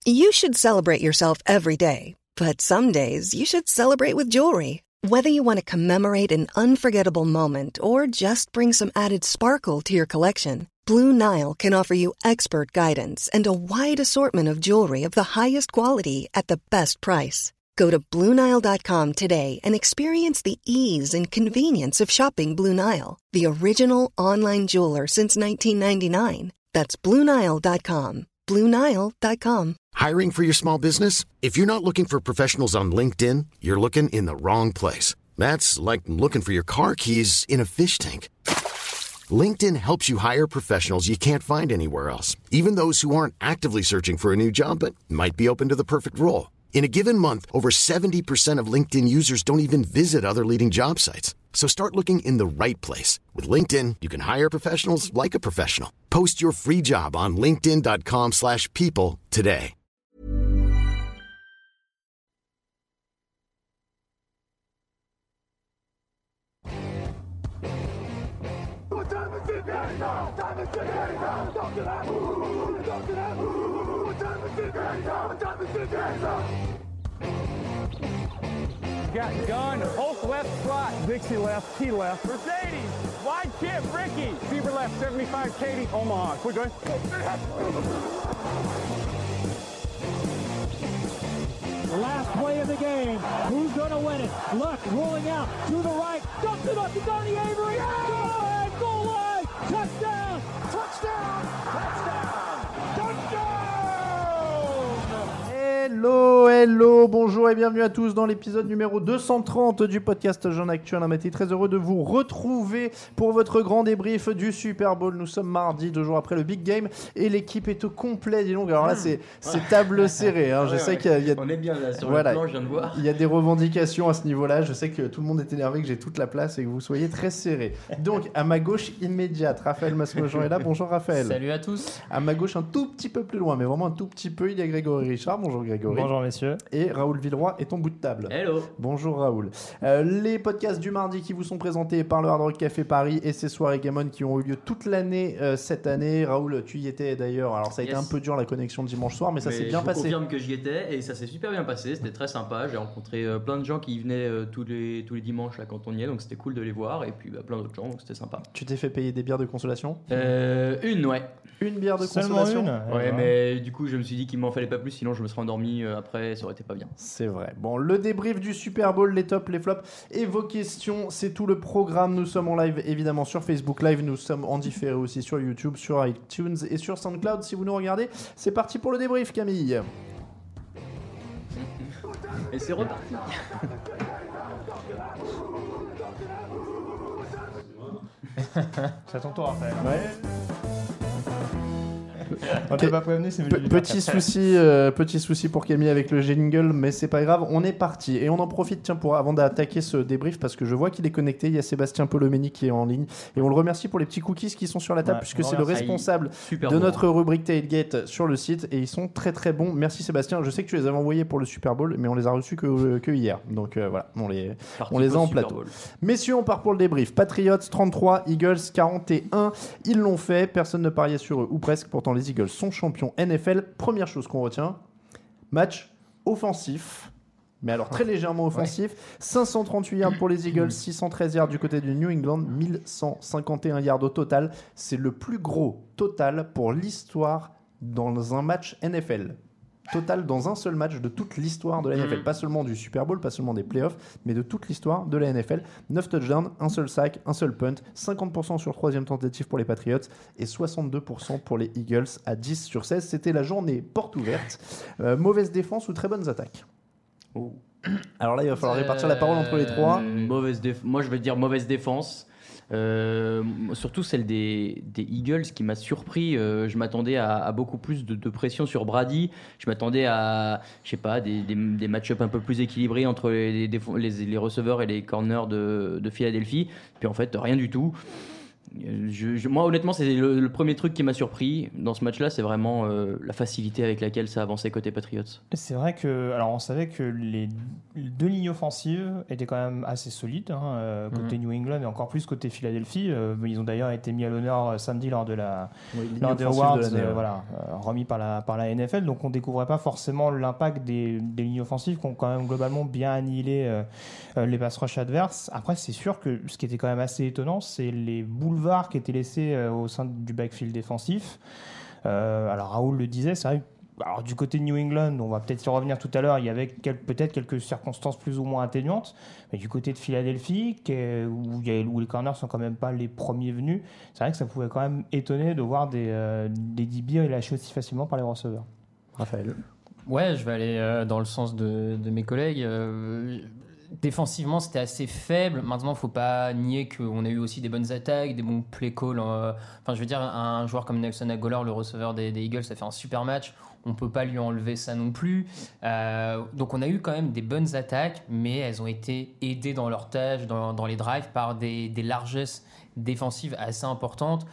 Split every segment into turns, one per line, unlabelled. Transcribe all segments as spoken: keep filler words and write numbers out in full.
You should celebrate yourself every day, but some days you should celebrate with jewelry. Whether you want to commemorate an unforgettable moment or just bring some added sparkle to your collection, Blue Nile can offer you expert guidance and a wide assortment of jewelry of the highest quality at the best price. Go to Blue Nile dot com today and experience the ease and convenience of shopping Blue Nile, the original online jeweler since nineteen ninety-nine. That's Blue Nile dot com. Blue Nile dot com.
Hiring for your small business? If you're not looking for professionals on LinkedIn, you're looking in the wrong place. That's like looking for your car keys in a fish tank. LinkedIn helps you hire professionals you can't find anywhere else, even those who aren't actively searching for a new job but might be open to the perfect role. In a given month, over seventy percent of LinkedIn users don't even visit other leading job sites. So start looking in the right place. With LinkedIn, you can hire professionals like a professional. Post your free job on linkedin dot com slash people today.
Got gun, Hulk left slot, Dixie left, T left, Mercedes, wide chip, Ricky, Fever left, seventy-five, Katie, Omaha, we're good.
Last play of the game, who's gonna win it? Luck rolling out to the right, dumps it up to Donnie Avery, yeah! Goal line, touchdown, touchdown, touchdown, touchdown!
Hello, hello, bonjour et bienvenue à tous dans l'épisode numéro deux cent trente du podcast Jean Actu. Un été très heureux de vous retrouver pour votre grand débrief du Super Bowl. Nous sommes mardi, deux jours après le Big Game et l'équipe est au complet, dis donc. Alors là, c'est, c'est table serrée. Hein. Je ouais, sais ouais. qu'il y a, il y a...
On est bien là sur
voilà.
le plan, je viens de voir.
Il y a des revendications à ce niveau-là. Je sais que tout le monde est énervé, que j'ai toute la place et que vous soyez très serrés. Donc, à ma gauche immédiate, Raphaël Masmejean est là. Bonjour Raphaël.
Salut à tous.
À ma gauche, un tout petit peu plus loin, mais vraiment un tout petit peu, il y a Grégory Richard. Bonjour Grégory.
Bonjour messieurs.
Et Raoul Villeroy est ton bout de table.
Hello.
Bonjour Raoul. Euh, les podcasts du mardi qui vous sont présentés par le Hard Rock Café Paris et ses soirées Game On qui ont eu lieu toute l'année euh, cette année. Raoul, tu y étais d'ailleurs. Alors ça a yes. été un peu dur la connexion dimanche soir, mais ça mais s'est bien
je
passé.
Je confirme que j'y étais et ça s'est super bien passé. C'était très sympa. J'ai rencontré euh, plein de gens qui venaient euh, tous les tous les dimanches là quand on y est, donc c'était cool de les voir et puis bah, plein d'autres gens, donc c'était sympa.
Tu t'es fait payer des bières de consolation ?
euh, Une, ouais.
Une bière de
Seulement
consolation.
Une.
Ouais, mais du coup je me suis dit qu'il m'en fallait pas plus, sinon je me serais endormi euh, après, ça aurait été pas bien.
C'est vrai. Bon, le débrief du Super Bowl, les tops, les flops et vos questions, c'est tout le programme. Nous sommes en live évidemment sur Facebook Live, nous sommes en différé aussi sur YouTube, sur iTunes et sur SoundCloud si vous nous regardez. C'est parti pour le débrief, Camille.
Et c'est reparti.
C'est à ton tour, Raphaël.
Ouais.
On t'a pas prévenu, c'est
P- petit souci, euh, petit souci pour Camille avec le jingle, mais c'est pas grave, on est parti et on en profite tiens pour avant d'attaquer ce débrief parce que je vois qu'il est connecté. Il y a Sébastien Polomeni qui est en ligne et on le remercie pour les petits cookies qui sont sur la table ouais, puisque c'est le responsable
Super
de
bon.
notre rubrique Tailgate sur le site et ils sont très très bons. Merci Sébastien. Je sais que tu les avais envoyés pour le Super Bowl, mais on les a reçus que, que hier. Donc euh, voilà, on les
Parti
on les a en
Super
plateau.
Bowl.
Messieurs, on part pour le débrief. Patriots trente-trois, Eagles quarante et un. Ils l'ont fait. Personne ne pariait sur eux ou presque. Pourtant les Eagles sont champions N F L. Première chose qu'on retient, match offensif, mais alors très légèrement offensif. Ouais. cinq cent trente-huit yards pour les Eagles, six cent treize yards du côté du New England, mille cent cinquante et un yards au total. C'est le plus gros total pour l'histoire dans un match N F L. Total dans un seul match de toute l'histoire de la N F L. Mmh. Pas seulement du Super Bowl, pas seulement des playoffs, mais de toute l'histoire de la N F L. neuf touchdowns, un seul sack, un seul punt, cinquante pour cent sur troisième tentative pour les Patriots et soixante-deux pour cent pour les Eagles à dix sur seize. C'était la journée porte ouverte. Euh, mauvaise défense ou très bonnes attaques ? Oh. Alors là, il va falloir euh, répartir la parole entre les trois.
Mauvaise déf- Moi, je vais dire mauvaise défense. Euh, surtout celle des, des Eagles qui m'a surpris. Euh, je m'attendais à, à beaucoup plus de, de pression sur Brady. Je m'attendais à, je sais pas, des, des, des match-ups un peu plus équilibrés entre les, les, les, les receveurs et les corners de, de Philadelphie. Puis en fait, rien du tout. Je, je, moi, honnêtement, c'est le, le premier truc qui m'a surpris dans ce match-là, c'est vraiment euh, la facilité avec laquelle ça avançait côté Patriots.
C'est vrai que, alors on savait que les deux lignes offensives étaient quand même assez solides, hein, euh, côté mm-hmm. New England et encore plus côté Philadelphie. Euh, ils ont d'ailleurs été mis à l'honneur euh, samedi lors de la
oui,
lors des awards, de euh, voilà, euh, remis par la par la N F L. Donc on découvrait pas forcément l'impact des, des lignes offensives qui ont quand même globalement bien annihilé euh, euh, les pass rush adverses. Après, c'est sûr que ce qui était quand même assez étonnant, c'est les boulevards qui étaient laissés euh, au sein du backfield défensif. Euh, alors Raoul le disait, c'est vrai. Alors, du côté de New England, on va peut-être y revenir tout à l'heure, il y avait quel, peut-être quelques circonstances plus ou moins atténuantes, mais du côté de Philadelphie, qui est, où, il y a, où les corners sont quand même pas les premiers venus, c'est vrai que ça pouvait quand même étonner de voir des, euh, des D B lâchés aussi facilement par les receveurs.
Raphaël.
Ouais, je vais aller euh, dans le sens de, de mes collègues. Euh, Défensivement, c'était assez faible. Maintenant, il ne faut pas nier qu'on a eu aussi des bonnes attaques, des bons play calls. Euh... Enfin, je veux dire, un joueur comme Nelson Agholor, le receveur des, des Eagles, ça fait un super match. On ne peut pas lui enlever ça non plus. Euh... Donc, on a eu quand même des bonnes attaques, mais elles ont été aidées dans leur tâche, dans, dans les drives, par des, des largesses défensives assez importantes.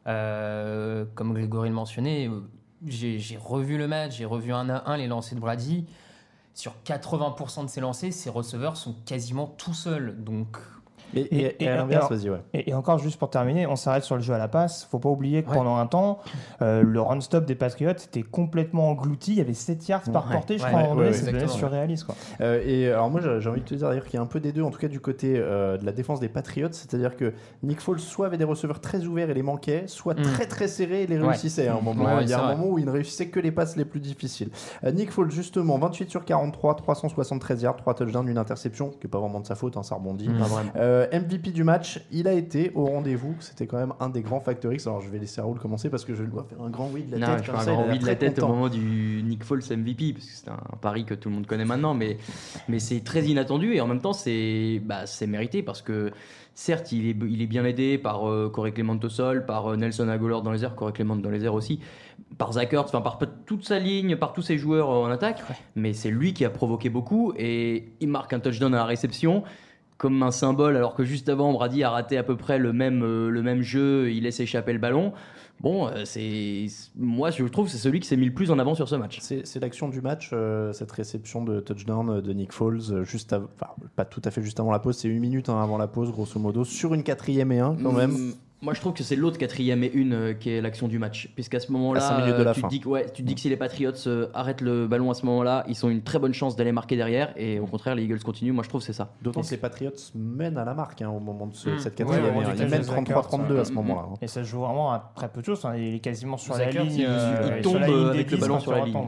Euh... Comme Grégory le mentionnait, j'ai, j'ai revu le match, j'ai revu un à un les lancers de Brady. Sur quatre-vingts pour cent de ses lancers, ses receveurs sont quasiment tout seuls. Donc...
Et, et, et, et à l'inverse, vas-y, ouais.
Et, et encore, juste pour terminer, on s'arrête sur le jeu à la passe. Il ne faut pas oublier que ouais. pendant un temps, euh, le run-stop des Patriots était complètement englouti. Il y avait sept yards par ouais. portée, je ouais. crois, ouais, en ouais, c'est ouais, surréaliste. Quoi.
Euh, et alors, moi, j'ai, j'ai envie de te dire d'ailleurs qu'il y a un peu des deux, en tout cas du côté euh, de la défense des Patriots. C'est-à-dire que Nick Foles soit avait des receveurs très ouverts et les manquait, soit mm. très très serrés et les réussissait. Ouais. À un moment. Ouais, il y a un vrai. moment où il ne réussissait que les passes les plus difficiles. Euh, Nick Foles, justement, vingt-huit sur quarante-trois, trois cent soixante-treize yards, trois touchdowns, une interception, qui n'est pas vraiment de sa faute, hein, ça rebondit. Mm. Euh, M V P du match. Il a été au rendez-vous. C'était quand même un des grands facteurs X. Alors je vais laisser Raoul commencer parce que je dois faire un grand oui de la
non,
tête.
Je
comme
fais
ça,
un grand oui de la tête
content.
au moment du Nick Foles M V P parce que c'est un pari que tout le monde connaît maintenant, mais mais c'est très inattendu et en même temps c'est bah c'est mérité parce que certes il est il est bien aidé par euh, Corey Clement au sol, par euh, Nelson Agholor dans les airs, Corey Clement dans les airs aussi, par Zach Ertz, enfin par toute sa ligne, par tous ses joueurs en attaque, ouais. mais c'est lui qui a provoqué beaucoup et il marque un touchdown à la réception. Comme un symbole, alors que juste avant, Brady a raté à peu près le même, euh, le même jeu, il laisse échapper le ballon. Bon, euh, c'est, moi je trouve que c'est celui qui s'est mis le plus en avant sur ce match.
C'est, c'est l'action du match, euh, cette réception de touchdown de Nick Foles, euh, juste av- enfin, pas tout à fait juste avant la pause, c'est une minute hein, avant la pause, grosso modo, sur une quatrième et un quand même. Mmh.
Moi, je trouve que c'est l'autre quatrième et une euh, qui est l'action du match. Puisqu'à ce moment-là, euh, tu, te dis que, ouais, tu te dis que si les Patriots euh, arrêtent le ballon à ce moment-là, ils ont une très bonne chance d'aller marquer derrière. Et au contraire, les Eagles continuent. Moi, je trouve que c'est ça.
D'autant
et
que les Patriots mènent à la marque hein, au moment de, ce, mmh. de cette quatrième.
Ouais, ouais,
ils mènent trente-trois trente-deux à ce moment-là.
Et ça se joue vraiment à très peu de choses. Hein. Il est quasiment sur
Zach
la ligne.
Il,
euh,
il tombe avec le ballon sur la ligne.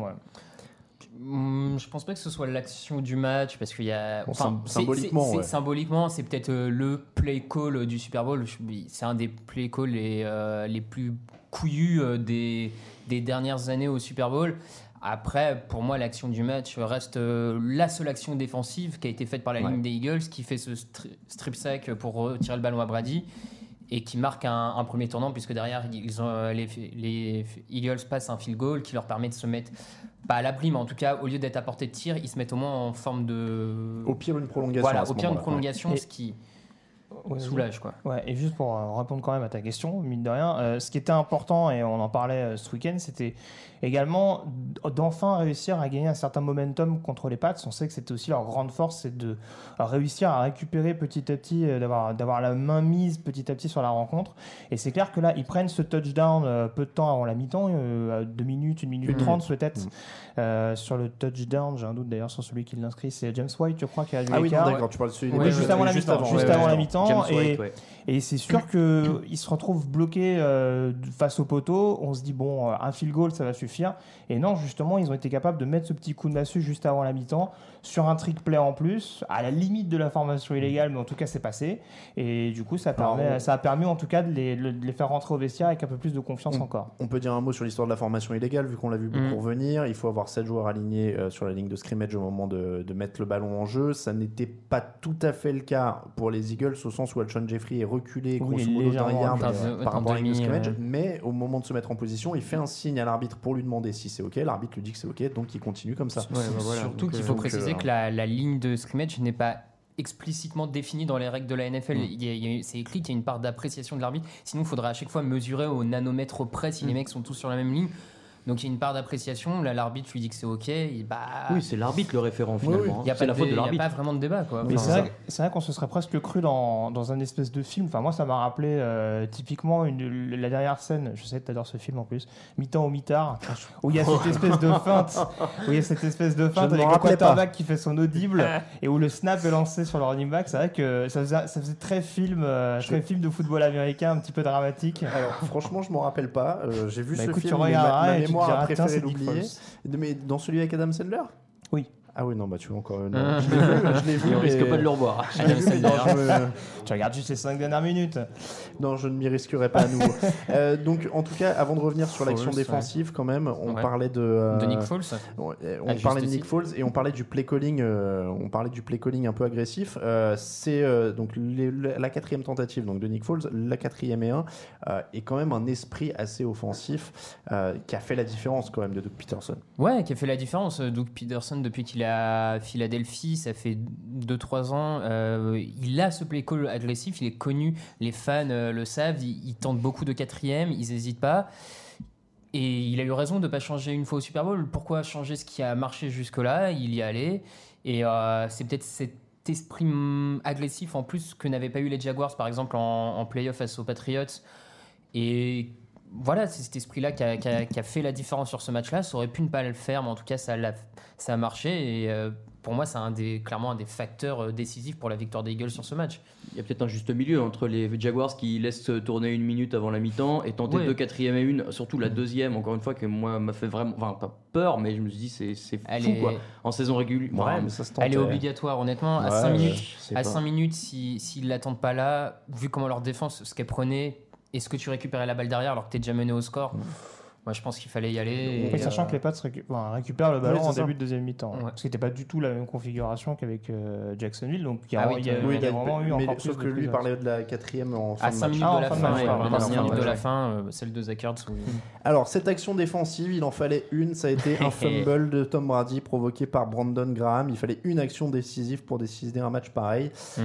Je pense pas que ce soit l'action du match parce qu'il y a
bon,
enfin,
symboliquement
c'est, c'est,
ouais.
c'est, symboliquement c'est peut-être euh, le play call du Super Bowl. C'est un des play calls les, euh, les plus couillus euh, des, des dernières années au Super Bowl. Après, pour moi, l'action du match reste euh, la seule action défensive qui a été faite par la ouais. ligne des Eagles, qui fait ce stri- strip sack pour retirer le ballon à Brady et qui marque un, un premier tournant puisque derrière ils ont, les, les Eagles passent un field goal qui leur permet de se mettre pas à l'abri, mais en tout cas, au lieu d'être à portée de tir, ils se mettent au moins en forme de...
Au pire, une prolongation.
Voilà, au pire, une prolongation,
ouais.
ce qui
ouais,
soulage, quoi.
Ouais, et juste pour euh, répondre quand même à ta question, mine de rien, euh, ce qui était important, et on en parlait euh, ce week-end, c'était également d'enfin réussir à gagner un certain momentum contre les Pats. On sait que c'était aussi leur grande force, c'est de réussir à récupérer petit à petit, euh, d'avoir, d'avoir la main mise petit à petit sur la rencontre. Et c'est clair que là, ils prennent ce touchdown euh, peu de temps avant la mi-temps, euh, deux minutes, une minute trente mmh. peut-être. Mmh. Euh, sur le touchdown, j'ai un doute d'ailleurs sur celui qui l'inscrit, c'est James White, je crois, qui a dû
Ah oui, non,
l'écart.
d'accord, tu parles de celui
oui,
ouais,
juste
ouais,
avant la
juste
mi-temps.
avant,
Juste
ouais,
avant
ouais,
la mi-temps.
James
et,
White, ouais.
et c'est sûr qu'ils se retrouvent bloqués euh, face au poteau. On se dit, bon, un field goal, ça va suffire. Et non, justement, ils ont été capables de mettre ce petit coup de massue juste avant la mi-temps sur un trick play en plus, à la limite de la formation illégale, mais en tout cas, c'est passé. Et du coup, ça, permet, Alors, ça a permis en tout cas de les, de les faire rentrer au vestiaire avec un peu plus de confiance
on,
encore.
On peut dire un mot sur l'histoire de la formation illégale, vu qu'on l'a vu beaucoup mmh. revenir. Il faut avoir sept joueurs alignés euh, sur la ligne de scrimmage au moment de, de mettre le ballon en jeu. Ça n'était pas tout à fait le cas pour les Eagles, au sens où Alshon Jeffrey est reculé grosso
oui,
modo d'un yard
euh,
par rapport à la ligne de scrimmage.
Ouais.
Mais au moment de se mettre en position, il fait un signe à l'arbitre pour lui demander si c'est OK. L'arbitre lui dit que c'est OK, donc il continue comme ça.
Ouais, bah voilà. Surtout donc, qu'il faut euh, préciser euh, que la, la ligne de scrimmage n'est pas explicitement défini dans les règles de la N F L.
Mm.
Il y a, il y a, c'est écrit qu'il y a une part d'appréciation de l'arbitre. Sinon, il faudrait à chaque fois mesurer au nanomètre près si mm. les mecs sont tous sur la même ligne. Donc il y a une part d'appréciation. Là, l'arbitre lui dit que c'est OK. Et bah...
Oui, c'est l'arbitre le référent finalement.
Oui, oui.
Hein.
Il y a
c'est la
de,
faute de
il
l'arbitre.
n'y a pas vraiment de débat. Quoi.
Mais
Enfin,
c'est, vrai, c'est vrai qu'on se serait presque cru dans, dans un espèce de film. Enfin, moi, ça m'a rappelé euh, typiquement une, la dernière scène. Je sais que tu adores ce film en plus. Mi-temps au mi-tard. Où il y a cette espèce de feinte. Où il y a cette espèce de feinte avec le quarterback qui fait son audible. Et où le snap est lancé sur le running back. C'est vrai que ça faisait, ça faisait très, film, euh, très film de football américain, un petit peu dramatique.
Alors, franchement, je m'en rappelle pas. Euh, j'ai vu
bah,
ce
écoute,
film, mais ma, ma mémoire a préféré l'oublier. Mais dans celui avec Adam Sandler ?
Oui.
Ah oui, non, bah tu vois encore. Non, je l'ai vu, je l'ai vu.
On
mais...
risque pas de le revoir.
Je l'ai vu, mais non, je me...
Tu regardes juste les cinq dernières minutes.
Non, je ne m'y risquerai pas à nouveau. euh, donc, en tout cas, avant de revenir sur l'action
Foles,
défensive, ouais. quand même, on
ouais.
parlait de. Euh...
De Nick Foles.
On, on
ah,
parlait de Nick Foles et on parlait du play calling. Euh, on parlait du play calling un peu agressif. Euh, c'est euh, donc les, la quatrième tentative donc de Nick Foles, la quatrième et un, euh, est quand même un esprit assez offensif euh, qui a fait la différence quand même de Doug Peterson.
Ouais, qui a fait la différence. Doug Peterson depuis qu'il a Philadelphie. Philadelphie, ça fait deux trois ans. Euh, il a ce play call agressif, il est connu, les fans euh, le savent, il, il tente beaucoup de quatrième, ils n'hésitent pas. Et il a eu raison de ne pas changer une fois au Super Bowl. Pourquoi changer ce qui a marché jusque-là ? Il y allait. Et euh, c'est peut-être cet esprit mm, agressif en plus que n'avaient pas eu les Jaguars, par exemple, en, en play-off face aux Patriots. Et voilà, c'est cet esprit-là qui a, qui, a, qui a fait la différence sur ce match-là. Ça aurait pu ne pas le faire, mais en tout cas, ça, l'a, ça a marché. Et euh, pour moi, c'est un des, clairement un des facteurs décisifs pour la victoire des Eagles sur ce match.
Il y a peut-être un juste milieu entre les Jaguars qui laissent tourner une minute avant la mi-temps et tenter
ouais.
deux quatrième et une, surtout la deuxième, encore une fois, que moi m'a fait vraiment, enfin pas peur, mais je me suis dit c'est, c'est
elle
fou
est...
quoi. En saison régulière,
ouais,
enfin,
mais ça se
elle est obligatoire, honnêtement.
Ouais,
à cinq minutes, à
pas.
cinq minutes, si, s'ils ne l'attendent pas là, vu comment leur défense, ce qu'elle prenait, est-ce que tu récupérais la balle derrière alors que tu es déjà mené au score ? mmh. Moi, je pense qu'il fallait y aller.
Et
et
sachant
euh...
que les Pats récu- enfin, récupèrent le ballon
oui,
en
ça.
début de deuxième mi-temps.
Ouais.
Parce que c'était pas du tout la même configuration qu'avec euh, Jacksonville. Donc il y a,
Ah oui,
il y a,
oui,
il y a
mais,
vraiment eu
mais,
encore
sauf
plus
que
de
lui
prise.
parlait de la quatrième en fin
à
de
cinq
match.
minutes
Ah,
de la
en fin de
fin,
match,
ouais,
pardon,
vraiment
en
cinq
fin de
minutes de
match,
la
ouais.
fin, euh, celle de Zach Ertz. Où...
Alors, cette action défensive, il en fallait une. Ça a été un fumble de Tom Brady provoqué par Brandon Graham. Il fallait une action décisive pour décider un match pareil.
Mm.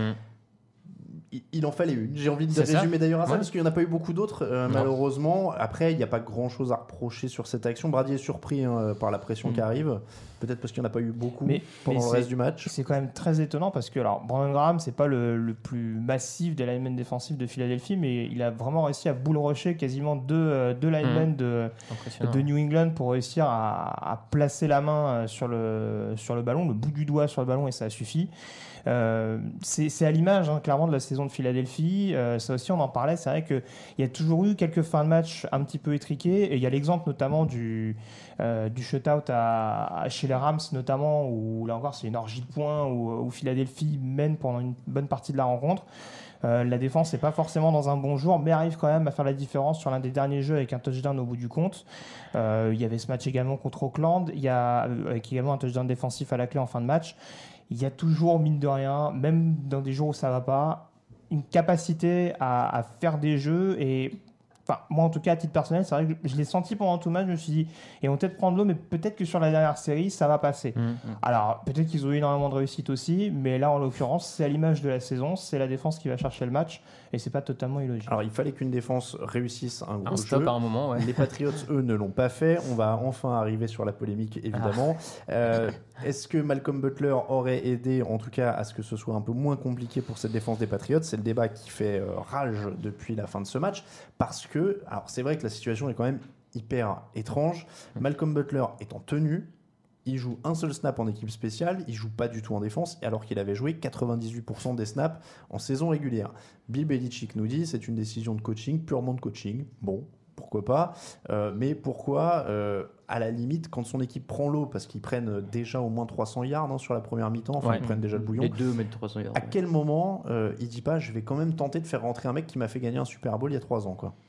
Il, il en fallait une. J'ai envie de
C'est
résumer
ça.
d'ailleurs à ça
Ouais.
parce qu'il n'y en a pas eu beaucoup d'autres, euh, malheureusement. Après, il n'y a pas grand chose à reprocher sur cette action. Brady est surpris hein, par la pression
Mm.
qui arrive. Peut-être parce qu'il n'y en a pas eu beaucoup
Mais-
pendant
mais
le
c'est-
reste du match.
C'est quand même très étonnant parce que alors, Brandon Graham, c'est pas le, le plus massif des linemen défensifs de Philadelphie, mais il a vraiment réussi à bull rusher quasiment deux, euh, deux linemen de, de New England pour réussir à, à placer la main sur le, sur le ballon, le bout du doigt sur le ballon, et ça a suffi. Euh, c'est, c'est à l'image hein, clairement de la saison de Philadelphie. Euh, ça aussi, on en parlait. C'est vrai qu'il y a toujours eu quelques fins de match un petit peu étriquées. Et il y a l'exemple notamment du, euh, du shutout à, à, chez les Rams, notamment, où là encore, c'est une orgie de points, où, où Philadelphie mène pendant une bonne partie de la rencontre. Euh, la défense n'est pas forcément dans un bon jour, mais arrive quand même à faire la différence sur l'un des derniers jeux avec un touchdown au bout du compte. Euh, il y avait ce match également contre Oakland. Il y a avec également un touchdown défensif à la clé en fin de match. Il y a toujours, mine de rien, même dans des jours où ça ne va pas, une capacité à, à faire des jeux. Et enfin, moi, en tout cas, à titre personnel, c'est vrai que je l'ai senti pendant tout le match. Je me suis dit, ils vont peut-être prendre l'eau, mais peut-être que sur la dernière série, ça va passer.
Mmh.
Alors, peut-être qu'ils ont eu énormément de réussite aussi, mais là, en l'occurrence, c'est à l'image de la saison. C'est la défense qui va chercher le match, et c'est pas totalement illogique.
Alors, il fallait qu'une défense réussisse un gros
Un stop
jeu.
à un moment, ouais.
Les Patriots, eux, ne l'ont pas fait. On va enfin arriver sur la polémique, évidemment. Ah. Euh, est-ce que Malcolm Butler aurait aidé, en tout cas, à ce que ce soit un peu moins compliqué pour cette défense des Patriots ? C'est le débat qui fait euh, rage depuis la fin de ce match. Parce que, alors c'est vrai que la situation est quand même hyper étrange. Malcolm Butler est en tenue. Il joue un seul snap en équipe spéciale, il joue pas du tout en défense, alors qu'il avait joué quatre-vingt-dix-huit pour cent des snaps en saison régulière. Bill Belichick nous dit c'est une décision de coaching, purement de coaching. Bon, pourquoi pas, euh, mais pourquoi, euh, à la limite, quand son équipe prend l'eau, parce qu'ils prennent déjà au moins trois cents yards hein, sur la première mi-temps, enfin
Ouais.
ils prennent déjà le bouillon.
Les deux mettent trois cents yards.
À quel moment euh, il dit pas je vais quand même tenter de faire rentrer un mec qui m'a fait gagner un Super Bowl il y a trois ans quoi.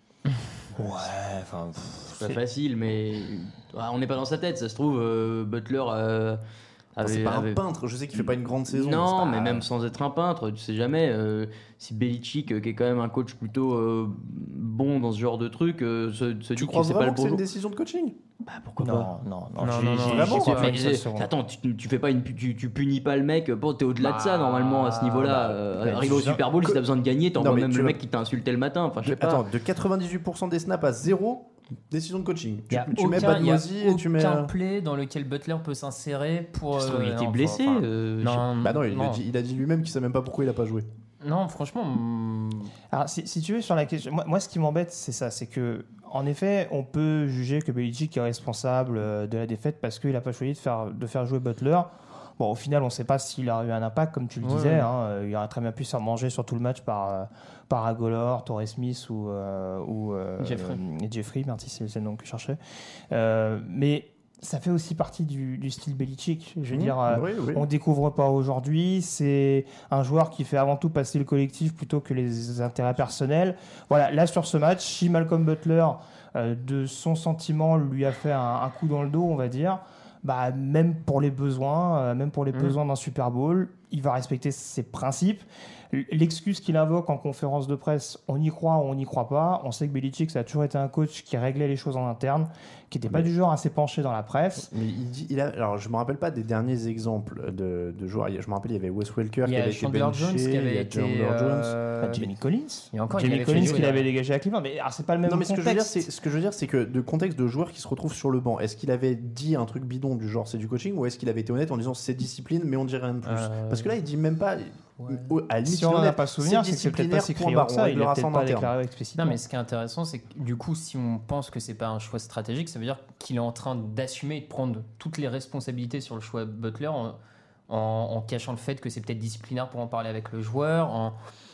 Ouais, enfin.
C'est pas facile, mais ah, on n'est pas dans sa tête. Ça se trouve, euh, Butler. Euh, avait,
c'est pas
avait...
un peintre, je sais qu'il fait pas une grande saison.
Non,
c'est pas...
mais même sans être un peintre, tu sais jamais. Euh, si Belichick, euh, qui est quand même un coach plutôt euh, bon dans ce genre de truc, euh, se, se
Tu
dit
crois
que c'est
vraiment
pas le
que c'est
bon
une
jour.
décision de coaching ?
Bah pourquoi
Non,
pas
non, non.
Non,
j'ai-
non, non,
j'ai-
vraiment,
j'ai
Mais,
pas une
j'ai-
seconde.
attends, tu, tu fais pas une, tu, tu punis pas le mec. Bon, t'es au-delà de ça
Bah,
normalement à ce niveau-là.
bah,
Euh,
bah,
arrivé au
tu-
Super Bowl, si
que-
t'as besoin de gagner, t'envoies
Non, mais
même
tu
le
vas-
mec qui t'a insulté le matin. Enfin, je
De-
sais pas.
Attends, de quatre-vingt-dix-huit pour cent des snaps à zéro, décision de coaching.
Il y a
Tu, tu mets
aucun- il y a
Badmosi et tu mets.
aucun
euh,
play dans lequel Butler peut s'insérer pour.
Ça se trouve, il
euh,
était
non,
blessé.
enfin,
euh, je sais
non,
Bah non, il,
non.
A, dit, il a dit lui-même qu'il sait même pas pourquoi il a pas joué.
Non, franchement. mm,
Alors, si, si tu veux, sur la question, moi, moi, ce qui m'embête, c'est ça, c'est que, en effet, on peut juger que Belichick est responsable euh, de la défaite parce qu'il n'a pas choisi de faire, de faire jouer Butler. Bon, au final, on ne sait pas s'il a eu un impact, comme tu le
Ouais,
disais.
ouais.
Hein, euh, il aurait très bien pu se faire manger sur tout le match par, euh, par Agolor, Torrey Smith ou, euh, ou euh,
Jeffrey.
euh, Jeffrey, merci, c'est c'est le nom que je cherchais. Euh, mais ça fait aussi partie du, du style Belichick. Je veux
Mmh,
dire, euh,
oui, oui.
on découvre pas aujourd'hui. C'est un joueur qui fait avant tout passer le collectif plutôt que les intérêts personnels. Voilà, là sur ce match, si Malcolm Butler, euh, de son sentiment, lui a fait un, un coup dans le dos, on va dire, bah, même pour les besoins, euh, même pour les
Mmh.
besoins d'un Super Bowl, il va respecter ses principes. L'excuse qu'il invoque en conférence de presse, on y croit ou on n'y croit pas. On sait que Belichick, ça a toujours été un coach qui réglait les choses en interne, qui n'était pas
Mais-
du genre à s'épancher dans la presse.
Mais il dit, il a, alors je me rappelle pas des derniers exemples de, de joueurs. Il y a- Je me rappelle, il y avait Wes Welker
Il y
qui
a
avait été
Chandler
benché,
Jones qui
il y
avait
a
été.
Chandler Jones.
euh,
Bah, Jamie Collins.
Et encore, il
Jamie
avait fait
Collins
jouer,
qu'il
là.
avait dégagé à Cleveland. Mais alors, c'est pas le même
Non mais ce que je veux dire,
contexte.
c'est ce que je veux dire, c'est que de contexte de joueurs qui se retrouvent sur le banc, est-ce qu'il avait dit un truc bidon du genre c'est du coaching ou est-ce qu'il avait été honnête en disant c'est discipline mais on dirait rien de plus
Euh,
Parce que là il dit même pas.
ouais.
au- À la limite,
Si
il
on
en
n'en a
est,
pas souvenir, c'est que c'est peut-être pas si
disciplinaire,
criant que
point
ça.
barre, on
Il a
réglera
peut-être
ça en
pas
interne.
déclaré explicitement.
Non, mais ce qui est intéressant, c'est que du coup, si on pense que c'est pas un choix stratégique, ça veut dire qu'il est en train d'assumer et de prendre toutes les responsabilités sur le choix de Butler en, en, en cachant le fait que c'est peut-être disciplinaire pour en parler avec le joueur. En...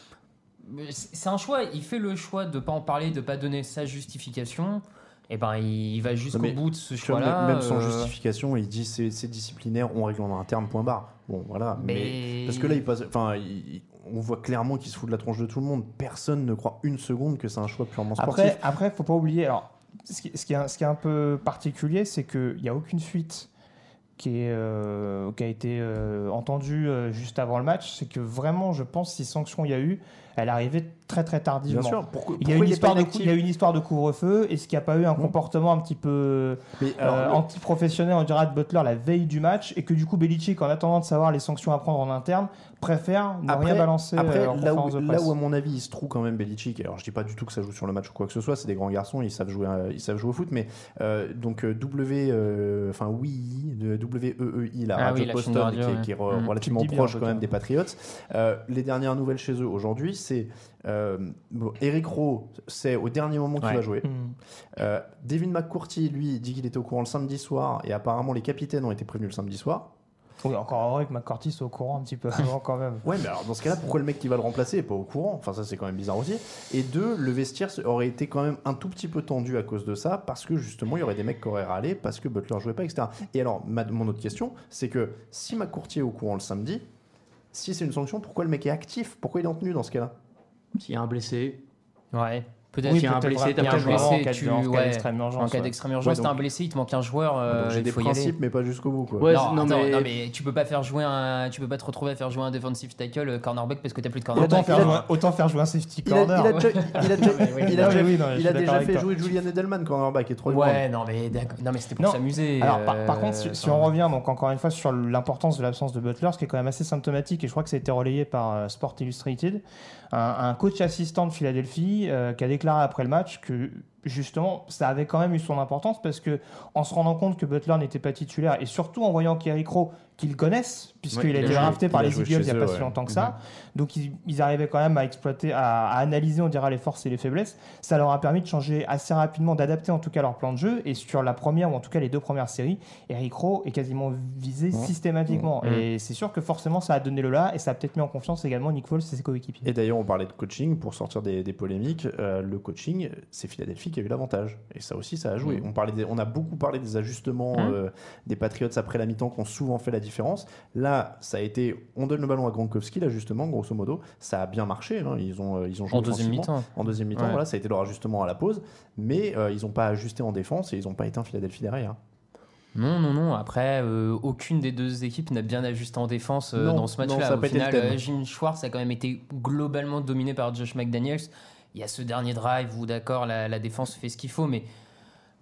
C'est un choix. Il fait le choix de pas en parler, de pas donner sa justification. Et ben, il va jusqu'au
Mais
bout de ce
Tu vois,
choix-là.
même sans
euh,
justification, il dit c'est c'est disciplinaire, on règle en interne, point barre. Bon, voilà. Mais,
Mais-
parce que là, il passe, enfin, il- on voit clairement qu'il se fout de la tronche de tout le monde. Personne ne croit une seconde que c'est un choix purement sportif.
Après, après, faut pas oublier. Alors, ce qui, ce qui est, ce qui est un peu particulier, c'est qu'il n'y a aucune fuite qui, est, euh, qui a été euh, entendue euh, juste avant le match. C'est que vraiment, je pense, si sanction il y a eu, elle arrivait très très tardivement.
Bien sûr. Pourquoi,
Il y, a
pourquoi
une
est
histoire
pas
de, cou- il y a une histoire de couvre-feu. Est-ce qu'il n'y a pas eu un
Mmh.
comportement un petit peu
Mais
euh,
alors, le-
anti-professionnel, on dirait, de Butler la veille du match et que du coup Belichick, en attendant de savoir les sanctions à prendre en interne, préfère ne rien balancer
après,
euh, en
là, où,
conférence de
là
presse.
où à mon avis il se trouve quand même Belichick, alors je dis pas du tout que ça joue sur le match ou quoi que ce soit, c'est des grands garçons, ils savent jouer, euh, ils savent jouer au foot, mais euh, donc euh, W, euh, enfin oui, de W E E I, la
Ah
radio
oui,
de
la chaîne
Boston,
de radio,
qui est,
ouais.
qui est re-
Mm.
relativement
Tu le dis bien,
proche
en
quand
tout
même
cas.
des Patriots. Euh, les dernières nouvelles chez eux aujourd'hui, c'est euh, bon, Eric Rowe, c'est au dernier moment qu'il
Ouais.
va jouer.
Hmm.
Euh, Devin McCourty, lui, dit qu'il était au courant le samedi soir, et apparemment les capitaines ont été prévenus le samedi soir.
Oui, encore heureux que McCourty soit au courant un petit peu avant quand même.
Ouais, mais alors dans ce cas-là, pourquoi le mec qui va le remplacer est pas au courant? Enfin, ça c'est quand même bizarre aussi. Et deux, le vestiaire aurait été quand même un tout petit peu tendu à cause de ça, parce que justement, il y aurait des mecs qui auraient râlé parce que Butler jouait pas, et cetera. Et alors, ma- mon autre question, c'est que si McCourty est au courant le samedi, si c'est une sanction, pourquoi le mec est actif? Pourquoi il est en tenue dans ce cas-là?
S'il y a un blessé,
Ouais. Peut-être
Oui,
qu'il y a un
peut-être
blessé,
vraiment
t'as un
en
blessé,
cas de-
tu,
en cas
ouais,
d'extrême urgence,
en cas
ouais.
d'extrême urgence,
Ouais,
t'as un
donc-
blessé, il te manque un joueur, euh,
Donc j'ai
il
des
faut y aller.
principes, mais pas jusqu'au bout, quoi.
Ouais,
non,
non,
attends,
mais-
non, mais tu peux pas faire jouer un, tu peux pas te retrouver à faire jouer un defensive tackle euh, cornerback parce que t'as plus de
Autant
cornerback.
faire, jouer, autant faire jouer un safety
Il a,
corner.
il a déjà, il a déjà-
mais oui.
il a
Ah
déjà-
oui, oui, non, je
il
suis
a
d'accord
déjà
avec
fait
toi.
jouer Julian Edelman, cornerback, et trop loin.
Ouais, non mais d'accord. Non mais c'était pour
Non.
s'amuser.
Alors, par, par
euh,
contre, si, si
enfin,
on revient donc encore une fois sur l'importance de l'absence de Butler, ce qui est quand même assez symptomatique, et je crois que ça a été relayé par euh, Sport Illustrated, un, un coach assistant de Philadelphie euh, qui a déclaré après le match que justement ça avait quand même eu son importance parce que en se rendant compte que Butler n'était pas titulaire et surtout en voyant qu'Eric Rowe, qu'ils connaissent, puisqu'il
Ouais,
a
il a
été
joué-
drafté par
il a
les
joué
Eagles il
chez
n'y a pas
eux,
si
ouais.
longtemps que ça, donc ils, ils arrivaient quand même à exploiter, à, à analyser, on dira, les forces et les faiblesses. Ça leur a permis de changer assez rapidement, d'adapter en tout cas leur plan de jeu, et sur la première ou en tout cas les deux premières séries, Eric Rowe est quasiment visé systématiquement,
Mmh.
et c'est sûr que forcément ça a donné le là, et ça a peut-être mis en confiance également Nick Foles et ses coéquipiers.
Et d'ailleurs, on parlait de coaching, pour sortir des, des polémiques, euh, le coaching, c'est Philadelphie qui a eu l'avantage. Et ça aussi, ça a joué.
Mmh.
On, parlait des- on a beaucoup parlé des ajustements
Mmh.
euh, des Patriots après la mi-temps qui ont souvent fait la différence. Là, ça a été, on donne le ballon à Gronkowski, l'ajustement, grosso modo. Ça a bien marché. Hein. Ils, ont, euh, ils ont joué
en deuxième
offensivement.
mi-temps.
En deuxième mi-temps,
Ouais.
voilà, ça a été leur ajustement à la pause. Mais euh, ils n'ont pas ajusté en défense et ils n'ont pas éteint Philadelphie derrière.
Non, non, non. Après, euh, aucune des deux équipes n'a bien ajusté en défense euh,
Non,
dans ce
non,
match-là.
ça a
Au
pas été le
final,
thème.
euh, Jim Schwartz a quand même été globalement dominé par Josh McDaniels. Il y a ce dernier drive où, d'accord, la, la défense fait ce qu'il faut, mais,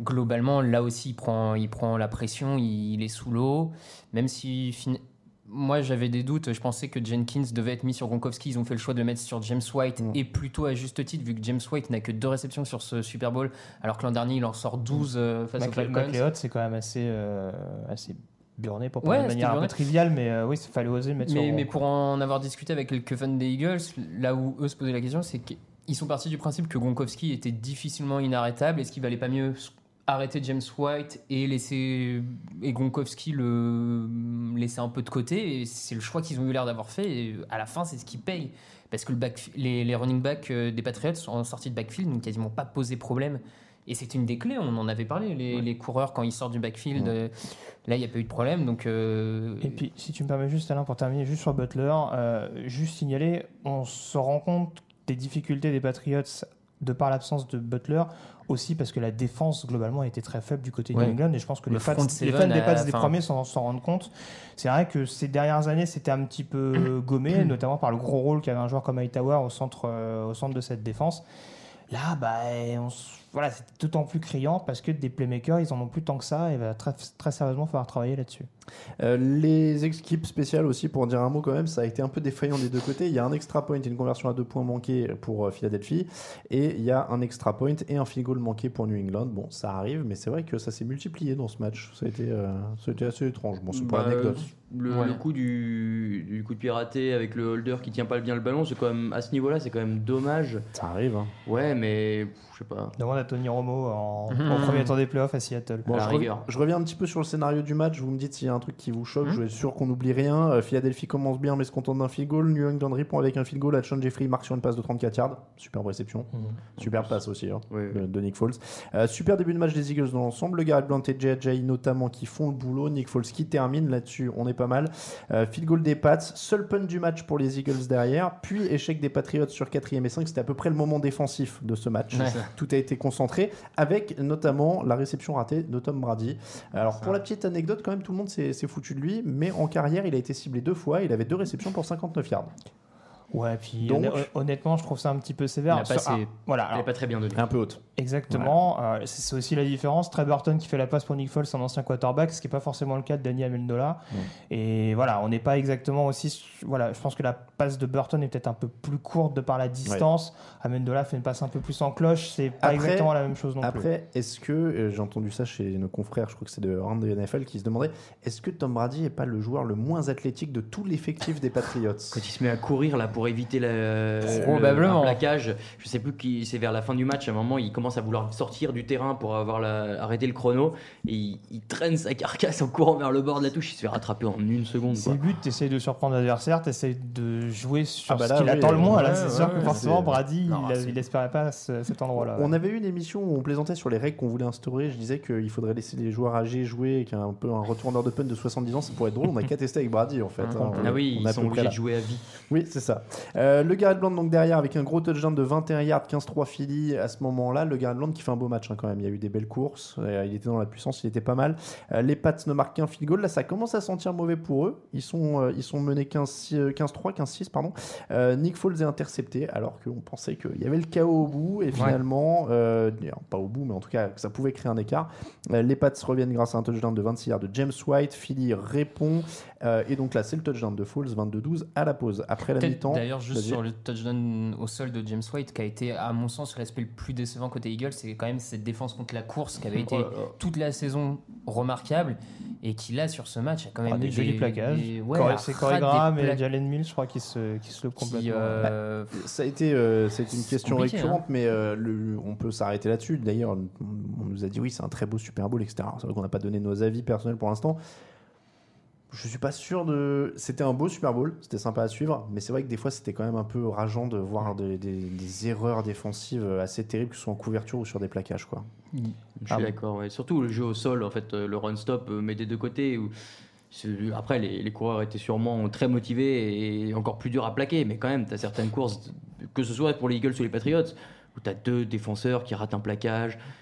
globalement, là aussi, il prend, il prend la pression, il, il est sous l'eau. Même si, fin... moi, j'avais des doutes. Je pensais que Jenkins devait être mis sur Gronkowski. Ils ont fait le choix de le mettre sur James White, mmh. et plutôt à juste titre, vu que James White n'a que deux réceptions sur ce Super Bowl, alors que l'an dernier, il en sort douze euh, face
Mac-
aux Falcons.
McLeod, c'est quand même assez, euh, assez burné, pour parler
Ouais,
de manière
c'était
un peu
burné.
triviale, mais euh, oui, il fallait oser le mettre
Mais,
sur
mais
Gronk.
pour en avoir discuté avec quelques fans des Eagles, là où eux se posaient la question, c'est qu'ils sont partis du principe que Gronkowski était difficilement inarrêtable. Est-ce qu'il valait pas mieux arrêter James White et laisser et Gronkowski le laisser un peu de côté? Et c'est le choix qu'ils ont eu l'air d'avoir fait. Et à la fin, c'est ce qui paye. Parce que le back, les, les running backs des Patriots sont en sortie de backfield, n'ont quasiment pas posé problème. Et c'était une des clés, on en avait parlé, les, ouais. les coureurs quand ils sortent du backfield, ouais. euh, là il n'y a pas eu de problème. Donc, euh...
Et puis si tu me permets juste Alain, pour terminer juste sur Butler, euh, juste signaler, on se rend compte des difficultés des Patriots de par l'absence de Butler, aussi parce que la défense globalement a été très faible du côté de
ouais.
New England, et je pense que
le
les fans, les fans
a,
des Pats des
fin...
premiers s'en, s'en rendent compte. C'est vrai que ces dernières années c'était un petit peu gommé, notamment par le gros rôle qu'avait un joueur comme Hightower au centre, euh, au centre de cette défense. Là, bah, on, voilà, c'est d'autant plus criant parce que des playmakers, ils en ont plus tant que ça, et va très, très sérieusement falloir travailler là-dessus.
Euh, les équipes spéciales aussi, pour en dire un mot quand même, ça a été un peu défaillant des deux côtés. Il y a un extra point et une conversion à deux points manquée pour euh, Philadelphie, et il y a un extra point et un field goal manqué pour New England. Bon, ça arrive, mais c'est vrai que ça s'est multiplié dans ce match. Ça a été, euh, ça a été assez étrange. Bon, c'est pas
bah,
l'anecdote.
Le, ouais. le coup du, du coup de pied raté avec le holder qui tient pas bien le ballon, c'est quand même, à ce niveau-là, c'est quand même dommage.
Ça arrive. Hein.
Ouais, mais je sais pas.
Demande à Tony Romo en,
mmh.
en premier tour des playoffs à Seattle.
Bon,
à la
je,
rigueur.
reviens, je reviens un petit peu sur le scénario du match. Vous me dites s'il y a un truc qui vous choque.
Mmh.
Je suis sûr qu'on n'oublie rien. Euh, Philadelphie commence bien, mais se contente d'un field goal. New England répond avec un field goal. Alshon Jeffrey marque sur une passe de trente-quatre yards. Superbe réception. Mmh. Superbe passe aussi hein,
oui, oui.
De, de Nick Foles. Euh, super début de match des Eagles dans l'ensemble. Le Garrett Blount et J J notamment qui font le boulot. Nick Foles qui termine là-dessus. On est pas mal. Euh, field goal des Pats. Seul punt du match pour les Eagles derrière. Puis échec des Patriots sur quatrième et cinq. C'était à peu près le moment défensif de ce match. Ouais. Tout a été concentré avec notamment la réception ratée de Tom Brady. Alors pour la petite anecdote, quand même, tout le monde s'est, s'est foutu de lui, mais en carrière, il a été ciblé deux fois. Il avait deux réceptions pour cinquante-neuf yards.
Ouais, puis
Donc,
honnêtement, je trouve ça un petit peu sévère.
Il a passé,
ah, voilà,
il n'est pas très bien donné.
Un peu haute.
Exactement. Ouais. Euh, c'est, c'est aussi la différence. Trey Burton qui fait la passe pour Nick Foles, un ancien quarterback, ce qui n'est pas forcément le cas de Danny Amendola. Ouais. Et voilà, on n'est pas exactement aussi. Voilà, je pense que la passe de Burton est peut-être un peu plus courte de par la distance. Ouais. Amendola fait une passe un peu plus en cloche. C'est pas après, exactement la même chose non
après,
plus.
Après, est-ce que, euh, j'ai entendu ça chez nos confrères, je crois que c'est de Rand de N F L, qui se demandait est-ce que Tom Brady n'est pas le joueur le moins athlétique de tout l'effectif des Patriots?
Quand il se met à courir là pour éviter la.
Probablement.
Le plaquage, je sais plus qui, c'est vers la fin du match. À un moment, il commence à vouloir sortir du terrain pour avoir la, arrêter le chrono et il, il traîne sa carcasse en courant vers le bord de la touche. Il se fait rattraper en une seconde.
C'est le but, t'essayes de surprendre l'adversaire, t'essayes de jouer sur ah bah là, ce qu'il
oui,
attend le moins.
ouais,
là, c'est
ouais,
sûr
ouais,
que forcément,
c'est...
Brady,
non,
il,
c'est...
il espérait pas ce, cet endroit-là.
On
ouais.
avait eu une émission où on plaisantait sur les règles qu'on voulait instaurer. Je disais qu'il faudrait laisser les joueurs âgés jouer et qu'il y a un peu un retourneur de punt de soixante-dix ans, ça pourrait être drôle. On a qu'à tester avec Brady en fait.
Ah,
hein.
ah oui,
on
ils sont obligés de jouer à vie.
Oui, c'est ça. Euh, le Garrett Blount donc derrière avec un gros touchdown de vingt et un yards, quinze trois Philly à ce moment-là. Le Garrett Blount qui fait un beau match hein, quand même. Il y a eu des belles courses. Euh, il était dans la puissance, il était pas mal. Euh, les Pats ne marquent qu'un field goal. Là, ça commence à sentir mauvais pour eux. Ils sont, euh, ils sont menés quinze trois, quinze six, pardon. Euh, Nick Foles est intercepté alors qu'on pensait qu'il y avait le chaos au bout et finalement, ouais. euh, pas au bout, mais en tout cas, que ça pouvait créer un écart. Euh, les Pats reviennent grâce à un touchdown de vingt-six yards de James White. Philly répond euh, et donc là, c'est le touchdown de Foles, vingt-deux douze à la pause. Après la
Peut-être
mi-temps.
D'ailleurs, juste vas-y. Sur le touchdown au sol de James White, qui a été, à mon sens, l'aspect le plus décevant côté Eagles, c'est quand même cette défense contre la course qui avait été oh toute la saison remarquable et qui, là, sur ce match, a quand même
ah,
eu
des jolis plaquages.
Des, ouais,
Coré, c'est Corey Graham et
pla...
Jalen Mills, je crois, qui se, qui se le complètement.
Euh...
Bah, ça a été euh, c'est une question récurrente,
hein.
mais euh, le, on peut s'arrêter là-dessus. D'ailleurs, on, on nous a dit oui, c'est un très beau Super Bowl, et cetera. C'est vrai qu'on n'a pas donné nos avis personnels pour l'instant. Je suis pas sûr de. C'était un beau Super Bowl, c'était sympa à suivre, mais c'est vrai que des fois c'était quand même un peu rageant de voir des, des, des erreurs défensives assez terribles, que ce soit en couverture ou sur des plaquages, quoi.
Je suis ah d'accord, ouais. Surtout le jeu au sol, en fait, le run-stop, mais des deux côtés. Où... Après, les, les coureurs étaient sûrement très motivés et encore plus durs à plaquer, mais quand même, tu as certaines courses, que ce soit pour les Eagles ou les Patriots, où tu as deux défenseurs qui ratent un plaquage,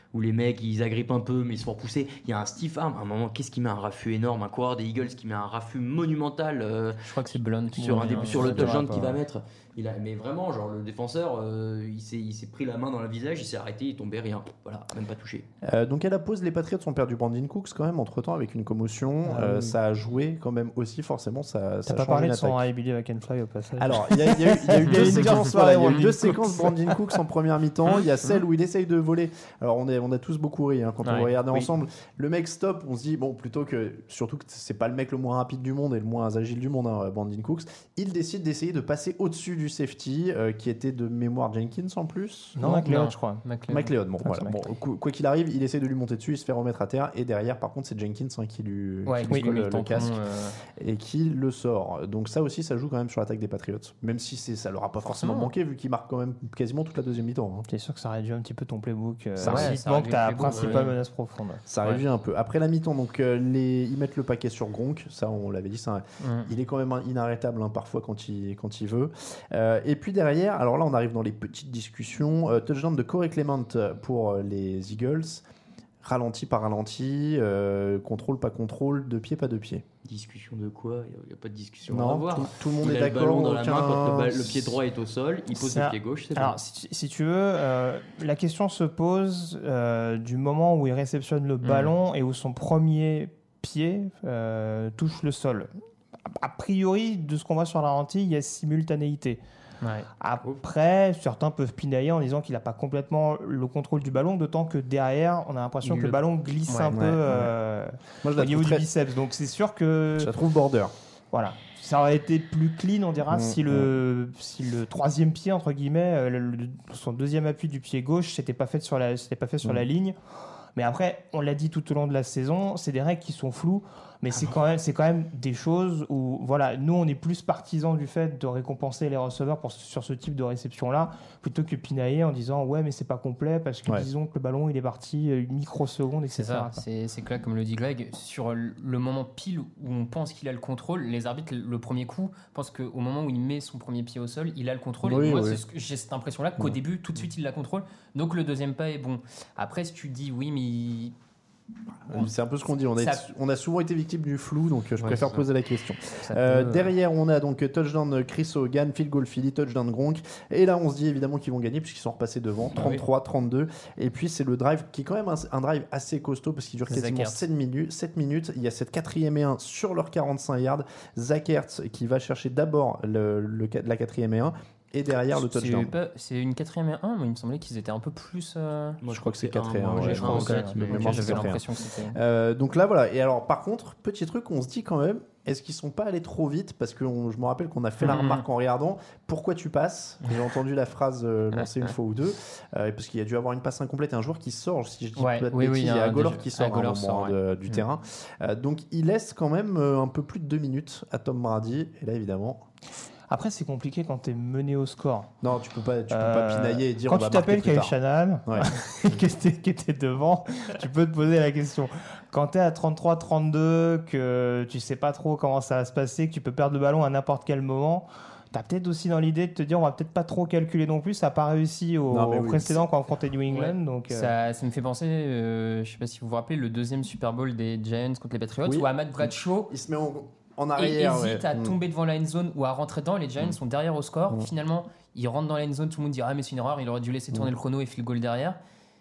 où les mecs ils agrippent un peu mais ils se font repousser. Il y a un Steve Arm, à un moment, qu'est-ce qui met un raffut énorme, un coureur des Eagles qui met un raffut monumental euh,
Je crois que c'est Blunt.
sur, un début, sur le
je
touchdown
dirais
qu'il
pas.
va mettre. Il a, mais vraiment, genre le défenseur, euh, il, s'est, il s'est pris la main dans le visage, il s'est arrêté, il tombait rien. Voilà, même pas touché.
Euh, donc à la pause, les Patriots ont perdu Brandon Cooks quand même entre-temps avec une commotion.
Ah,
Euh,
oui.
Ça a joué quand même aussi forcément. Ça, ça
T'as
a
pas
changé
parlé de
l'attaque.
son I Believe I Can Fly au passage.
Alors, il y, a il y a eu, il y a eu
Il y a
deux
une
séquences,
grosse
voilà, il y a eu
Brandon
deux
Cooks.
séquences Brandon Cooks en première mi-temps. Il y a celle où il essaye de voler. Alors, on, est, on a tous beaucoup ri hein, quand on
Ouais,
regardait
oui.
ensemble. Le mec stop, on se dit, bon, plutôt que. Surtout que c'est pas le mec le moins rapide du monde et le moins agile du monde, hein, Brandon Cooks. Il décide d'essayer de passer au-dessus du safety, euh, qui était de mémoire Jenkins en plus.
Non, McLeod,
non.
je crois.
McLeod.
McLeod, bon,
Ah,
voilà.
c'est
Bon, quoi quoi qu'il arrive, il essaie de lui monter dessus, il se fait remettre à terre, et derrière, par contre, c'est Jenkins hein, qui lui,
Ouais,
qui lui
qui lui
colle
met
le,
le tampon,
casque
euh,
et qui le sort. Donc ça aussi, ça joue quand même sur l'attaque des Patriots, même si c'est, ça leur a pas forcément
Forcément.
manqué vu qu'ils marquent quand même quasiment toute la deuxième mi-temps. hein.
T'es sûr que ça réduit un petit peu ton playbook euh,
Ça
si
ouais,
il te
ça
manque
réduit
ta
le playbook,
principale
ouais.
menace profonde.
Ça
Ouais.
réduit un peu. Après la mi-temps, donc euh, les, ils mettent le paquet sur Gronk, ça on l'avait dit, ça,
mm.
il est quand même inarrêtable hein, parfois quand il, quand il veut. Euh, et puis derrière, alors là on arrive dans les petites discussions, euh, touchdown de Corey Clement pour euh, les Eagles, ralenti par ralenti, euh, contrôle pas contrôle, de pied pas de pied.
Discussion de quoi? Il n'y a, a pas de discussion à
Non,
avoir.
tout, tout le monde
Il
est
a le
d'accord.
ballon dans la
aucun-
main quand le, ba- le pied droit est au sol, il pose
Ça-
le pied gauche, c'est
Alors,
bon.
si, tu- si tu veux, euh, la question se pose euh, du moment où il réceptionne le ballon et où son premier pied euh, touche le sol. A a priori, de ce qu'on voit sur la ralenti, il y a simultanéité.
Ouais.
Après, certains peuvent pinailler en disant qu'il n'a pas complètement le contrôle du ballon, d'autant que derrière, on a l'impression
Il
que le
le-
ballon glisse
Ouais,
un
ouais,
peu
ouais.
euh,
Moi je la
au niveau
trouve,
du
très-
biceps. Donc c'est sûr que
je la trouve border.
voilà, ça aurait été plus clean, on dira,
Mmh,
si, le, si le troisième pied, entre guillemets, euh, le- le- son deuxième appui du pied gauche, c'était pas fait sur la, c'était pas fait sur
Mmh.
la ligne. Mais après, on l'a dit tout au long de la saison, c'est des règles qui sont floues, mais c'est quand même, c'est quand même des choses où, voilà, nous, on est plus partisans du fait de récompenser les receveurs pour, sur ce type de réception-là, plutôt que pinailler en disant, ouais, mais c'est pas complet, parce que
Ouais.
disons que le ballon, il est parti une microseconde,
C'est
et cetera.
ça, c'est, c'est clair, comme le dit Greg, sur le moment pile où on pense qu'il a le contrôle, les arbitres, le premier coup, pensent qu'au moment où il met son premier pied au sol, il a le contrôle.
Oui,
et moi,
oui.
c'est ce que- j'ai cette impression-là qu'au
Ouais.
début, tout de suite, il la contrôle. Donc le deuxième pas est bon. Après, si tu dis oui, mais il-
Euh, C'est un peu ce qu'on dit. On a,
Ça-
on a souvent été victime du flou, donc euh, je
Ouais,
préfère
c'est ça.
poser la question.
ça
Euh,
peut-
derrière, on a donc touchdown de Chris Hogan, field goal Philly, touchdown Gronk. Et là, on se dit évidemment qu'ils vont gagner puisqu'ils sont repassés devant, trente-trois trente-deux. Et puis, c'est le drive qui est quand même un, un drive assez costaud parce qu'il dure
Zach
quasiment
Ertz.
sept minutes, sept minutes. Il y a cette quatrième et un sur leur quarante-cinq yards. Zach Ertz qui va chercher d'abord le, le- la quatrième et un. Et derrière le
C'est
touchdown.
pas- C'est une quatrième et un, mais il me semblait qu'ils étaient un peu plus. euh,
Moi,
je crois que c'est
un,
quatre et un,
moi,
ouais,
j'ai
je
un
crois
aussi,
que-
mais
de
Ok,
mémoire, c'est
j'avais
quatre et un.
l'impression que c'était.
Euh, donc là voilà, et alors par contre petit truc, on se dit quand même, est-ce qu'ils sont pas allés trop vite, parce que on- je me rappelle qu'on a fait la
Mhm.
remarque en regardant pourquoi tu passes, j'ai entendu la phrase euh, lancée une fois ou deux, euh, parce qu'il y a dû avoir une passe incomplète et un joueur qui sort, si je dis
Ouais,
pas de
oui, oui,
bêtises,
il y a
il y a
un
Agolor
déjà-
qui sort à un
Agolor
moment
sort,
de- du
Mhm.
terrain. Euh, donc il laisse quand même euh, un peu plus de deux minutes à Tom Brady, et là évidemment
Après, c'est compliqué quand tu es mené au score.
non, tu peux pas, tu peux
Euh,
pas pinailler et dire
quand
on va
tu
marquer
t'appelles
plus
Kyle
tard.
Shanahan,
Ouais.
qui était, qui était devant, tu peux te poser la question. Quand tu es à trente-trois trente-deux, que tu sais pas trop comment ça va se passer, que tu peux perdre le ballon à n'importe quel moment, tu as peut-être aussi dans l'idée de te dire on va peut-être pas trop calculer non plus. Ça n'a pas réussi au,
Non, mais
au
oui,
précédent quand on affrontait New England.
Ouais.
Donc, euh,
Ça, ça me fait penser, euh, je sais pas si vous vous rappelez, le deuxième Super Bowl des Giants contre les Patriots,
Oui.
où Ahmad Bradshaw
Il se met en, en
et
arrière.
hésite
ouais.
à
Mm.
tomber devant la end zone ou à rentrer dedans. Les Giants
Mm.
sont derrière au score.
Mm.
Finalement, il rentre dans la end zone. Tout le monde dit ah mais c'est une erreur. Il aurait dû laisser tourner
Mm.
le chrono et field goal derrière.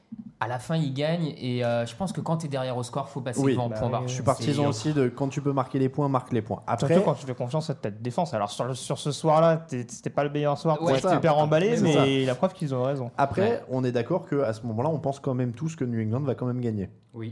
À la fin, il gagne et euh, je pense que quand tu es derrière au score, faut passer
Oui,
devant.
bah
point
oui,
barre.
oui.
Je suis
C'est-
partisan aussi de quand tu peux marquer les points, marque les points. Après,
Surtout quand tu fais confiance à ta défense. Alors sur, le- sur ce soir-là, t'es- c'était pas le meilleur soir pour
Ouais,
être
ça.
super emballé,
C'est
mais
ça.
la preuve qu'ils ont raison.
Après,
Ouais.
on est d'accord qu'à ce moment-là, on pense quand même tous que New England va quand même gagner.
Oui.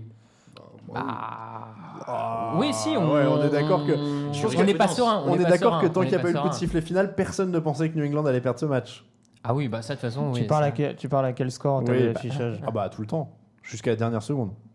Ah. Oui, si, on,
ouais, on est d'accord que-
on-
je pense
on
que-
n'est pas serein.
On, est,
pas
d'accord
serein,
que tant
on
qu'il n'y a
est
pas eu le coup de
serein.
sifflet final, personne ne pensait que New England allait perdre ce match.
Ah oui, bah ça de toute façon.
tu,
oui,
parles
ça-
à quel, tu parles à quel score
Oui,
t'avais
bah,
l'affichage
Ah bah tout le temps, jusqu'à la dernière seconde.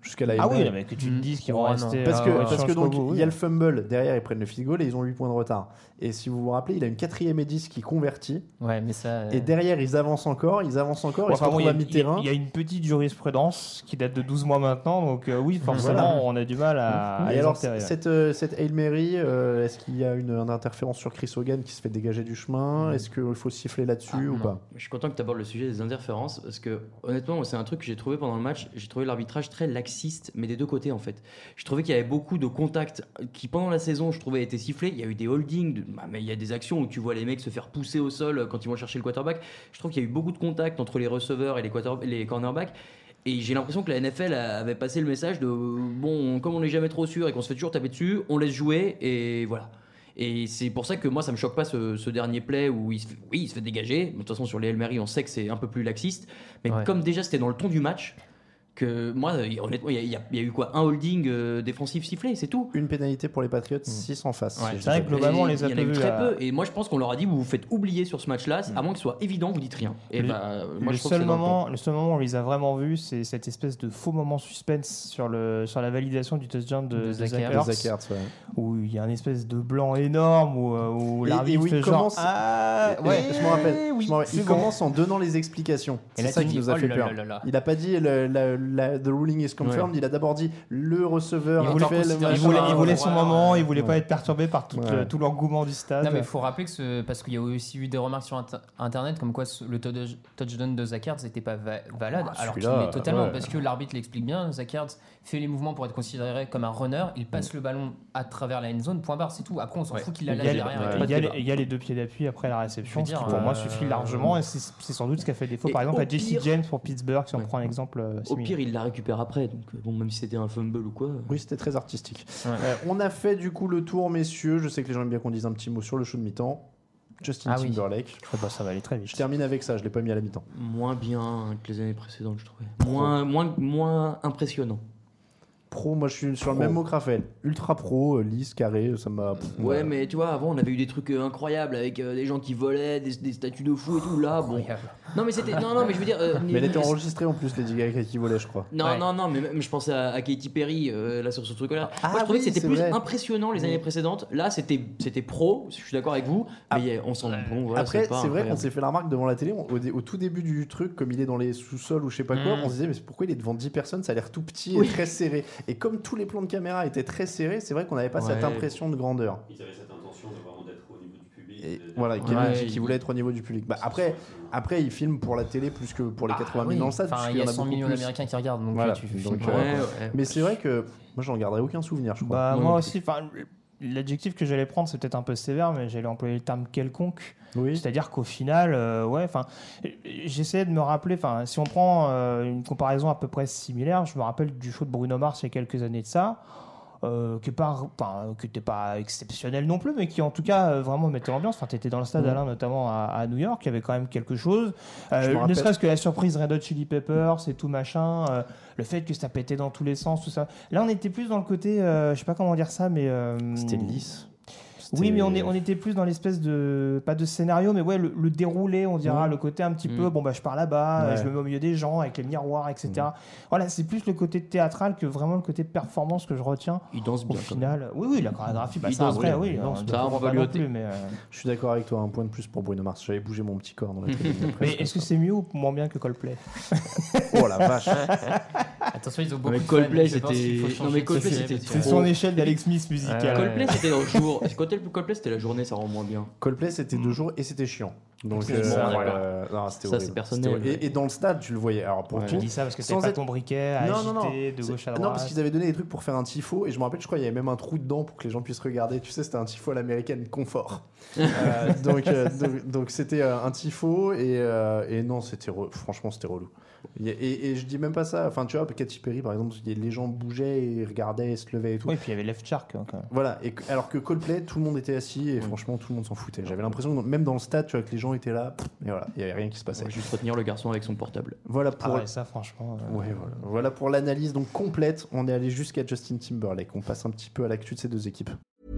jusqu'à la
Ah
Hail Mary.
oui, mais que tu me dises qu'ils vont
Oh, non.
rester.
Parce que,
euh,
parce
sur
que
le
donc,
score,
il
oui.
y a le fumble, derrière ils prennent le field goal et ils ont huit points de retard. Et si vous vous rappelez, il a une quatrième et dix qui convertit.
Ouais, mais ça. euh,
Et derrière, ils avancent encore, ils avancent encore,
Ouais,
ils se
enfin, bon,
retrouvent
il y a-
à mi-terrain.
Il y a une petite jurisprudence qui date de douze mois maintenant, donc euh, oui, forcément,
Voilà.
on a du mal à, à
Et
les
alors,
enterrer.
cette, euh, cette Hail Mary, euh, est-ce qu'il y a une, une interférence sur Chris Hogan qui se fait dégager du chemin ? Est-ce qu'il faut siffler là-dessus
Ah,
ou
non.
pas ?
Je suis content que tu abordes le sujet des interférences parce que honnêtement, moi, c'est un truc que j'ai trouvé pendant le match. J'ai trouvé l'arbitrage très laxiste, mais des deux côtés en fait. Je trouvais qu'il y avait beaucoup de contacts qui pendant la saison, je trouvais étaient sifflés. Il y a eu des holdings, de- bah, mais il y a des actions où tu vois les mecs se faire pousser au sol quand ils vont chercher le quarterback. Je trouve qu'il y a eu beaucoup de contacts entre les receveurs et les, quarter- les cornerbacks. Et j'ai l'impression que la N F L avait passé le message de bon, comme on n'est jamais trop sûr et qu'on se fait toujours taper dessus, on laisse jouer et voilà. Et c'est pour ça que moi ça me choque pas ce, ce dernier play où il se fait, oui, il se fait dégager. De toute façon sur les Hail Mary on sait que c'est un peu plus laxiste, mais
Ouais.
comme déjà c'était dans le ton du match, que moi honnêtement il y, a- il y a- il y a eu quoi, un holding euh, défensif sifflé, c'est tout.
Une pénalité pour les Patriots, six en face.
Ouais,
si je
c'est vrai
dis
que
pas de
globalement, on
Et
les a
il y en a
peu
eu
vus,
très
là.
peu. Et moi je pense qu'on leur a dit vous vous faites oublier sur ce match-là, à moins que ce soit évident, vous dites rien. Et
Le-
bah, moi
le,
je trouve
seul
que c'est dans le
moment, le seul moment où on les a vraiment vus, c'est cette espèce de faux moment suspense sur, le, sur la validation du touchdown de,
De
de
Zach
Zach
Ertz.
De
Ertz,
Zach Ertz, ouais.
où il y a un espèce de blanc énorme où, euh, où
Et-
l'arbitre
et où il
fait
commence-
genre ah
Ouais, je m'en rappelle.
oui,
je m'en rappelle.
c'est
Il
bon.
commence en donnant les explications.
Et
C'est
là,
ça
tu
qui
dis,
nous a
oh
fait
là
peur.
là là là.
Il a pas dit le, la, la- the ruling is confirmed. Il a d'abord dit le receveur
Il
a
voulait
fait le
considérer
Il
comme
voulait,
un
il voulait son
joueur,
moment,
euh,
il voulait pas
ouais.
être perturbé par tout,
Ouais.
le- tout l'engouement du stade.
Non mais il faut rappeler que ce... parce qu'il y a aussi eu des remarques sur inter- internet comme quoi ce- le touch- touchdown de Zach Ertz n'était pas va- valable
Ah,
alors qu'il
celui-là,
est totalement
ouais.
parce que l'arbitre l'explique bien. Zach Ertz fait les mouvements pour être considéré comme un runner, il passe le ballon à travers la end zone, point barre, c'est tout. Après on s'en
Ouais.
fout qu'il la
Il y,
lâche
a,
derrière.
ouais.
et
il
tout.
y a les- il y a les deux pieds d'appui après la réception,
Je veux
ce qui
dire,
pour moi
euh,
suffit largement et c'est c'est sans doute ce qui a fait défaut
Et
par exemple
au
à Jesse
pire-
James pour Pittsburgh si on
Ouais.
prend un exemple euh,
Au
similaire.
pire il la récupère après, donc euh, bon, même si c'était un fumble ou quoi.
Oui, c'était très artistique.
Ouais.
Euh, on a fait du coup le tour, messieurs. Je sais que les gens aiment bien qu'on dise un petit mot sur le show de mi-temps. Justin
Ah oui.
Timberlake.
Ah bah, ça va aller très vite.
Je termine avec ça. Je l'ai pas mis à la mi-temps.
Moins bien que les années précédentes, je trouvais. Moins, moins, moins impressionnant.
Pro, moi je suis sur le
Pro.
même mot que Raphaël. Ultra pro, euh, lisse, carré, ça m'a.
Ouais, mais tu vois, avant on avait eu des trucs euh, incroyables avec euh, des gens qui volaient, des, des statues de fous et tout. Là, bon.
Incroyable.
Non, mais c'était. Non, non, mais je veux dire. euh,
Mais elle était
mais-
enregistrée en plus, Lady Gaga qui volait, je crois.
Non,
Ouais.
non, non, mais même je pensais à, à Katy Perry euh, là sur ce truc-là.
Ah
Moi je trouvais
oui,
que c'était
c'est
plus
vrai.
impressionnant les
Mm.
années précédentes. Là, c'était c'était pro, je suis d'accord avec vous,
Ah.
mais on s'en. Bon, voilà,
Après,
pas
c'est vrai qu'on
incroyable.
s'est fait la remarque devant la télé, on- au, dé- au tout début du truc, comme il est dans les sous-sols ou je sais pas quoi,
Mm.
on se disait, mais pourquoi il est devant dix personnes, ça a l'air tout petit et
Oui.
très serré. Et comme tous les plans de caméra étaient très serrés, c'est vrai qu'on n'avait pas cette
Ouais.
impression de grandeur.
Ils avaient cette intention de vraiment d'être au niveau du public.
Et
de-
voilà,
de-
Kevin
Ouais,
dit qu'il
il-
voulait être au niveau du public. Bah, après, après, il filme pour la télé plus que pour les
Ah,
quatre-vingt mille
oui.
dans le stade,
Enfin,
puisqu'il
il y
en
a
a
cent
beaucoup
millions
plus.
d'Américains qui regardent donc
Voilà.
tu
Donc,
filmes
euh,
pas.
Ouais, ouais.
Mais c'est vrai que moi, j'en garderai aucun souvenir, je crois.
Bah,
Non,
moi
non
aussi, enfin, l'adjectif que j'allais prendre, c'est peut-être un peu sévère, mais j'allais employer le terme quelconque.
Oui.
C'est-à-dire qu'au final, euh, ouais, enfin, j'essayais de me rappeler, enfin, si on prend euh, une comparaison à peu près similaire, je me rappelle du show de Bruno Mars il y a quelques années de ça. Euh, qui n'était pas exceptionnel non plus, mais qui en tout cas euh, vraiment mettait l'ambiance. Enfin, tu étais dans le stade,
Mhm.
Alain, notamment à, à New York, il y avait quand même quelque chose. Euh,
Je me
ne
rappelle.
serait-ce que la surprise Red Hot Chili Peppers et tout machin, euh, le fait que ça pétait dans tous les sens, tout ça. Là, on était plus dans le côté, euh, je sais pas comment dire ça, mais. euh,
C'était lisse.
Oui,
C'était-
mais on, est, on était plus dans l'espèce de. Pas de scénario, mais ouais, le, le déroulé, on dira,
Ouais.
le côté un petit
Mm.
peu, bon, bah, je pars là-bas,
Ouais.
je me mets au milieu des gens avec les miroirs, et cetera. Voilà, c'est plus le côté théâtral que vraiment le côté performance que je retiens.
Il danse
Au
bien. quand même.
final, oui, oui, la chorégraphie, bah,
Il
ça
danse
après,
bien.
oui,
Il
non,
danse
je
bien.
ne
Ça, on
comprends
va
pas
lui
non
ôter.
plus, mais. euh,
Je suis d'accord avec toi, un point de plus pour Bruno Mars. J'avais bougé mon petit corps dans la télé.
Mais est-ce que c'est mieux ou moins bien que Coldplay?
Oh la vache.
Attention, ils ont beaucoup
Mais
de
Coldplay,
fans, je pense
c'était-
qu'il faut
non,
changer
mais
de
Coldplay,
sujet,
c'était
parce que-
C'est son échelle d'Alex Smith musical.
Ouais.
Coldplay, c'était dans le jour. Coldplay, Coldplay, c'était la journée, ça rend moins bien.
Coldplay, c'était deux jours et c'était chiant. Donc,
C'est
euh,
bon, d'accord.
euh, non, c'était
Ça,
horrible.
c'est personnel,
C'était horrible.
ouais.
Et, et dans le stade, tu le voyais. Alors pour
Ouais.
Tu
tout,
dis ça parce que
Sans
c'est pas
être-
ton briquet à
Non,
agiter
non, non.
de
C'est-
gauche à
Non,
droite.
parce qu'ils avaient donné des trucs pour faire un tifo et je me rappelle, je crois, il y avait même un trou dedans pour que les gens puissent regarder. Tu sais, c'était un tifo à l'américaine confort. Euh, donc, euh, donc, donc c'était euh, un tifo et, euh, et non, c'était re- franchement, c'était relou. Et, et, et je dis même pas ça. Enfin, tu vois, Katy Perry, par exemple, les gens bougeaient et regardaient, et se levaient et tout.
Oui, puis il y avait Left Shark hein, quand même.
Voilà, et, que- alors que Coldplay, tout le monde était assis et franchement, tout le monde s'en foutait. J'avais l'impression, que même dans le stade, tu vois, que les gens étaient là, pff, et voilà, il y avait rien qui se passait.
On va juste retenir le garçon avec son portable.
Voilà
Ah
pour,
ouais, ça franchement. euh,
ouais, voilà. Voilà pour l'analyse donc complète. On est allé jusqu'à Justin Timberlake. On passe un petit peu à l'actu de ces deux équipes.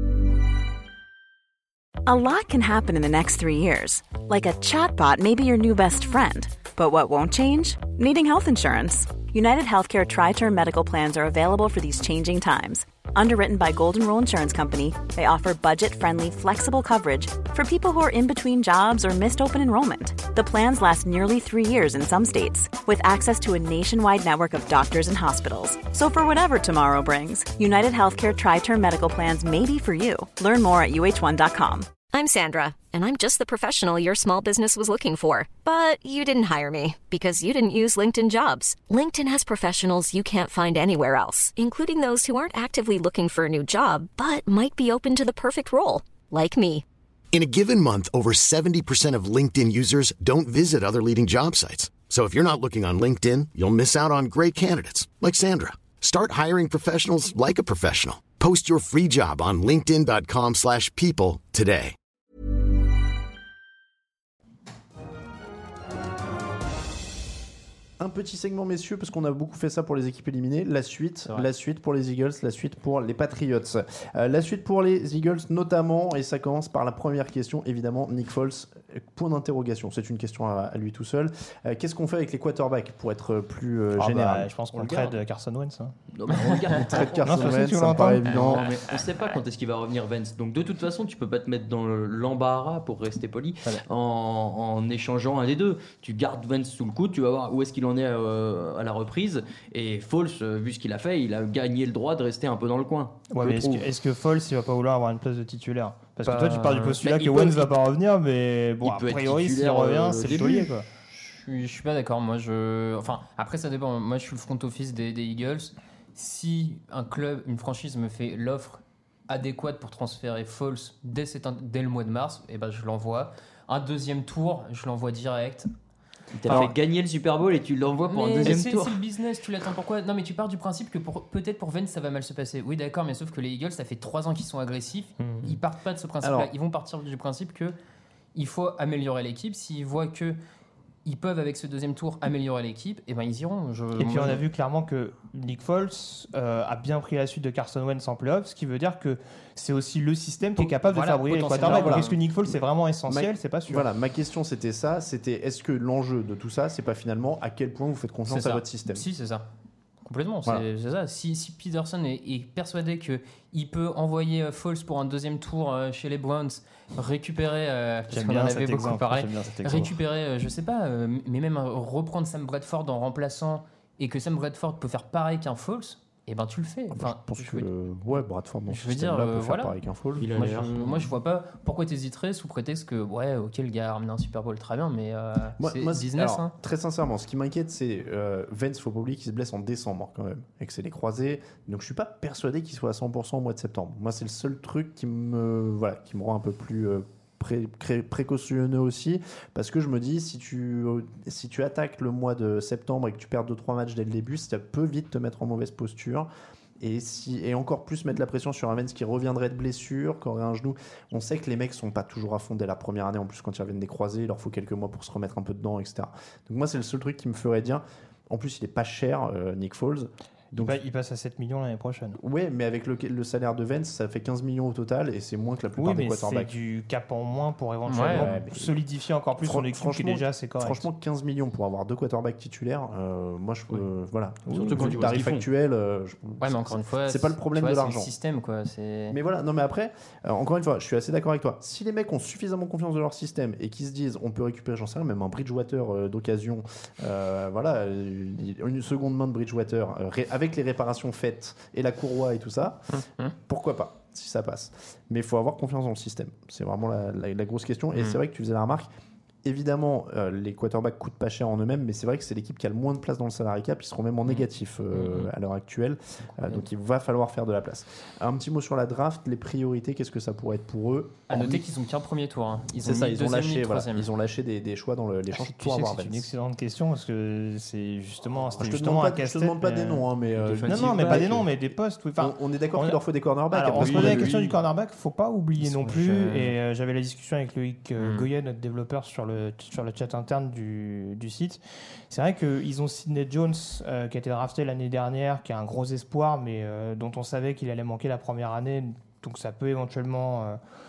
A lot can happen in the next three years. Like a chatbot may be your new best friend. But what won't change? Needing health insurance. United Healthcare Tri-Term Medical Plans are available for these changing times. Underwritten by Golden Rule Insurance Company, they offer budget-friendly, flexible coverage for people who are in between jobs or missed open enrollment. The plans last nearly three years in some states, with access to a nationwide network of doctors and hospitals. So for whatever tomorrow brings, United Healthcare Tri-Term Medical Plans may be for you. Learn more at U H one dot com.
I'm Sandra, and I'm just the professional your small business was looking for. But you didn't hire me because you didn't use LinkedIn Jobs. LinkedIn has professionals you can't find anywhere else, including those who aren't actively looking for a new job, but might be open to the perfect role, like me.
In a given month, over seventy percent of LinkedIn users don't visit other leading job sites. So if you're not looking on LinkedIn, you'll miss out on great candidates like Sandra. Start hiring professionals like a professional. Post your free job on linkedin dot com slash people today.
Un petit segment, messieurs, parce qu'on a beaucoup fait ça pour les équipes éliminées. La suite, la suite pour les Eagles, la suite pour les Patriots. Euh, la suite pour les Eagles, notamment, et ça commence par la première question, évidemment, Nick Foles, point d'interrogation. C'est une question à, à lui tout seul. Euh, qu'est-ce qu'on fait avec les quarterbacks pour être plus euh,
ah
général
bah, Je pense qu'on le trade Carson Wentz. Hein.
Non, mais on regarde.
On trade Carson
Non,
Wentz,
tu
ça me paraît
l'entends.
évident.
Non, mais on sait pas quand est-ce qu'il va revenir Vance. Donc de toute façon, tu peux pas te mettre dans le- l'embarras, pour rester poli,
Voilà.
en, en échangeant un des deux. Tu gardes Vance sous le coude, tu vas voir où est-ce qu'il en est euh, à la reprise. Et Foles, euh, vu ce qu'il a fait, il a gagné le droit de rester un peu dans le coin.
Ouais,
je
mais est-ce que,
trouve.
est-ce que Foles il va pas vouloir avoir une place de titulaire? Parce que
Bah,
toi tu pars du postulat
bah,
que
il peut-
Wentz va pas revenir, mais bon,
il
a
peut être
priori s'il
titulaire,
revient,
euh,
c'est
au
le
début.
taulier quoi.
Je suis, je suis pas d'accord. Moi, je, enfin, après ça dépend. Moi, je suis le front office des, des Eagles. Si un club, une franchise me fait l'offre adéquate pour transférer Foles dès, cet, dès le mois de mars, et ben je l'envoie. Un deuxième tour, je l'envoie direct.
Il t'a fait gagner le Super Bowl et tu l'envoies pour
Mais
un deuxième
c'est,
tour.
c'est le business, tu l'attends pourquoi? Non, mais tu pars du principe que pour, peut-être pour Vance ça va mal se passer. Oui, d'accord, mais sauf que les Eagles, ça fait trois ans qu'ils sont agressifs.
Mmh.
Ils partent pas de ce principe-là.
Alors-
Ils vont partir du principe que il faut améliorer l'équipe. S'ils voient que ils peuvent avec ce deuxième tour améliorer l'équipe, et ben ils iront. Je,
Et puis
moi,
on a
je-
vu clairement que Nick Foles euh, a bien pris la suite de Carson Wentz en playoff, ce qui veut dire que c'est aussi le système qui est capable
Voilà,
de faire briller les
potentiellement,
quarterbacks.
voilà.
Est-ce que Nick Foles c'est vraiment essentiel?
Ma-
C'est pas sûr.
Voilà, ma question c'était ça, c'était est-ce que l'enjeu de tout ça, c'est pas finalement à quel point vous faites confiance
C'est
à
ça.
votre système?
Si, c'est ça. Complètement,
Voilà.
c'est, c'est ça. Si, si Peterson est, est persuadé qu'il peut envoyer euh, Foles pour un deuxième tour euh, chez les Browns, récupérer, euh, parce
J'aime
qu'on en
bien
avait
cet
beaucoup
exemple.
parlé,
J'aime bien cet exemple.
récupérer, euh, je sais pas, euh, mais même euh, reprendre Sam Bradford en remplaçant et que Sam Bradford peut faire pareil qu'un Foles, et ben tu le fais. Enfin,
je pense
je
que
veux-
ouais, Bradford dans
je
ce
veux dire,
système-là peut
euh,
faire
voilà.
pareil qu'un Foles.
Il a
moi,
l'air.
je, moi je vois pas pourquoi t'hésiterais sous prétexte que ouais ok le gars a ramené un Super Bowl très bien mais euh,
Moi,
c'est
moi,
business
alors,
hein.
très sincèrement, ce qui m'inquiète, c'est euh, Vance, faut pas oublier qu'il se blesse en décembre quand même, et que c'est les croisés. Donc je suis pas persuadé qu'il soit à cent pour cent au mois de septembre. Moi, c'est le seul truc qui me, voilà, qui me rend un peu plus euh, pré- pré- précautionneux aussi, parce que je me dis si tu, si tu attaques le mois de septembre et que tu perds deux trois matchs dès le début, ça peut vite te mettre en mauvaise posture. Et, si, et encore plus mettre la pression sur un Vance qui reviendrait de blessure, qui aurait un genou. On sait que les mecs sont pas toujours à fond dès la première année. En plus, quand ils reviennent des croisés, il leur faut quelques mois pour se remettre un peu dedans, et cetera. Donc moi, c'est le seul truc qui me ferait dire. En plus, il est pas cher, euh, Nick Foles. Donc,
il, pa- il passe à sept millions l'année prochaine.
ouais, mais avec le, le salaire de Vance, ça fait quinze millions au total, et c'est moins que la plupart
Oui,
des
mais c'est
quarterbacks.
du cap en moins pour éventuellement
Ouais, mais-
solidifier encore plus
Fran-
son équipe qui
franchement-
est déjà assez correcte.
Franchement, quinze millions pour avoir deux quarterbacks titulaires, euh, moi je euh, voilà.
Surtout
Vu
quand
le
tu vois ce
tarif
qu'ils font.
actuel, euh, je-
Ouais mais encore une fois
c'est pas le problème
tu vois,
de
c'est
l'argent.
le système quoi c'est...
Mais voilà, non mais après, euh, encore une fois, je suis assez d'accord avec toi. Si les mecs ont suffisamment confiance dans leur système et qu'ils se disent, on peut récupérer, j'en sais rien, même un Bridgewater euh, d'occasion, euh, voilà, euh, une seconde main de Bridgewater, euh, ré- avec les réparations faites et la courroie et tout ça,
Hum, hum.
pourquoi pas, si ça passe. Mais il faut avoir confiance dans le système. C'est vraiment la, la- la grosse question. Et
Mm.
c'est vrai que tu faisais la remarque. Évidemment, euh, les quarterbacks coûtent pas cher en eux-mêmes, mais c'est vrai que c'est l'équipe qui a le moins de place dans le salary cap. Ils seront même en négatif euh,
Mm.
à l'heure actuelle. Euh, donc il va falloir faire de la place. Un petit mot sur la draft, les priorités, qu'est-ce que ça pourrait être pour eux?
À noter
Hormis-
qu'ils ont qu'un premier tour hein. Ils
C'est
ont
ça,
mis
ils ont
deuxième,
lâché,
ni
voilà,
troisième.
ils ont lâché des, des choix dans le- l'échange
Tu
pour
sais que
avoir
c'est une
Vance.
excellente question parce que c'est justement, c'était
Je te
justement
demande
un
pas, je te
casse-tête,
demande pas
mais-
des noms, hein, mais euh,
Non, non, mais pas des noms, mais des postes. Oui. Enfin,
on, on est d'accord
on
qu'il
a-
leur faut des cornerbacks.
Alors, on
après,
se posait la
oui,
question
oui.
du cornerback. Faut pas oublier
Ils
non
sont
plus.
jeunes.
Et euh, j'avais la discussion avec Loïc euh,
Mm.
Goyen, notre développeur, sur le, sur le chat interne du, du site. C'est vrai qu'ils ont Sidney Jones, euh, qui a été drafté l'année dernière, qui a un gros espoir, mais euh, dont on savait qu'il allait manquer la première année. Donc ça peut éventuellement euh,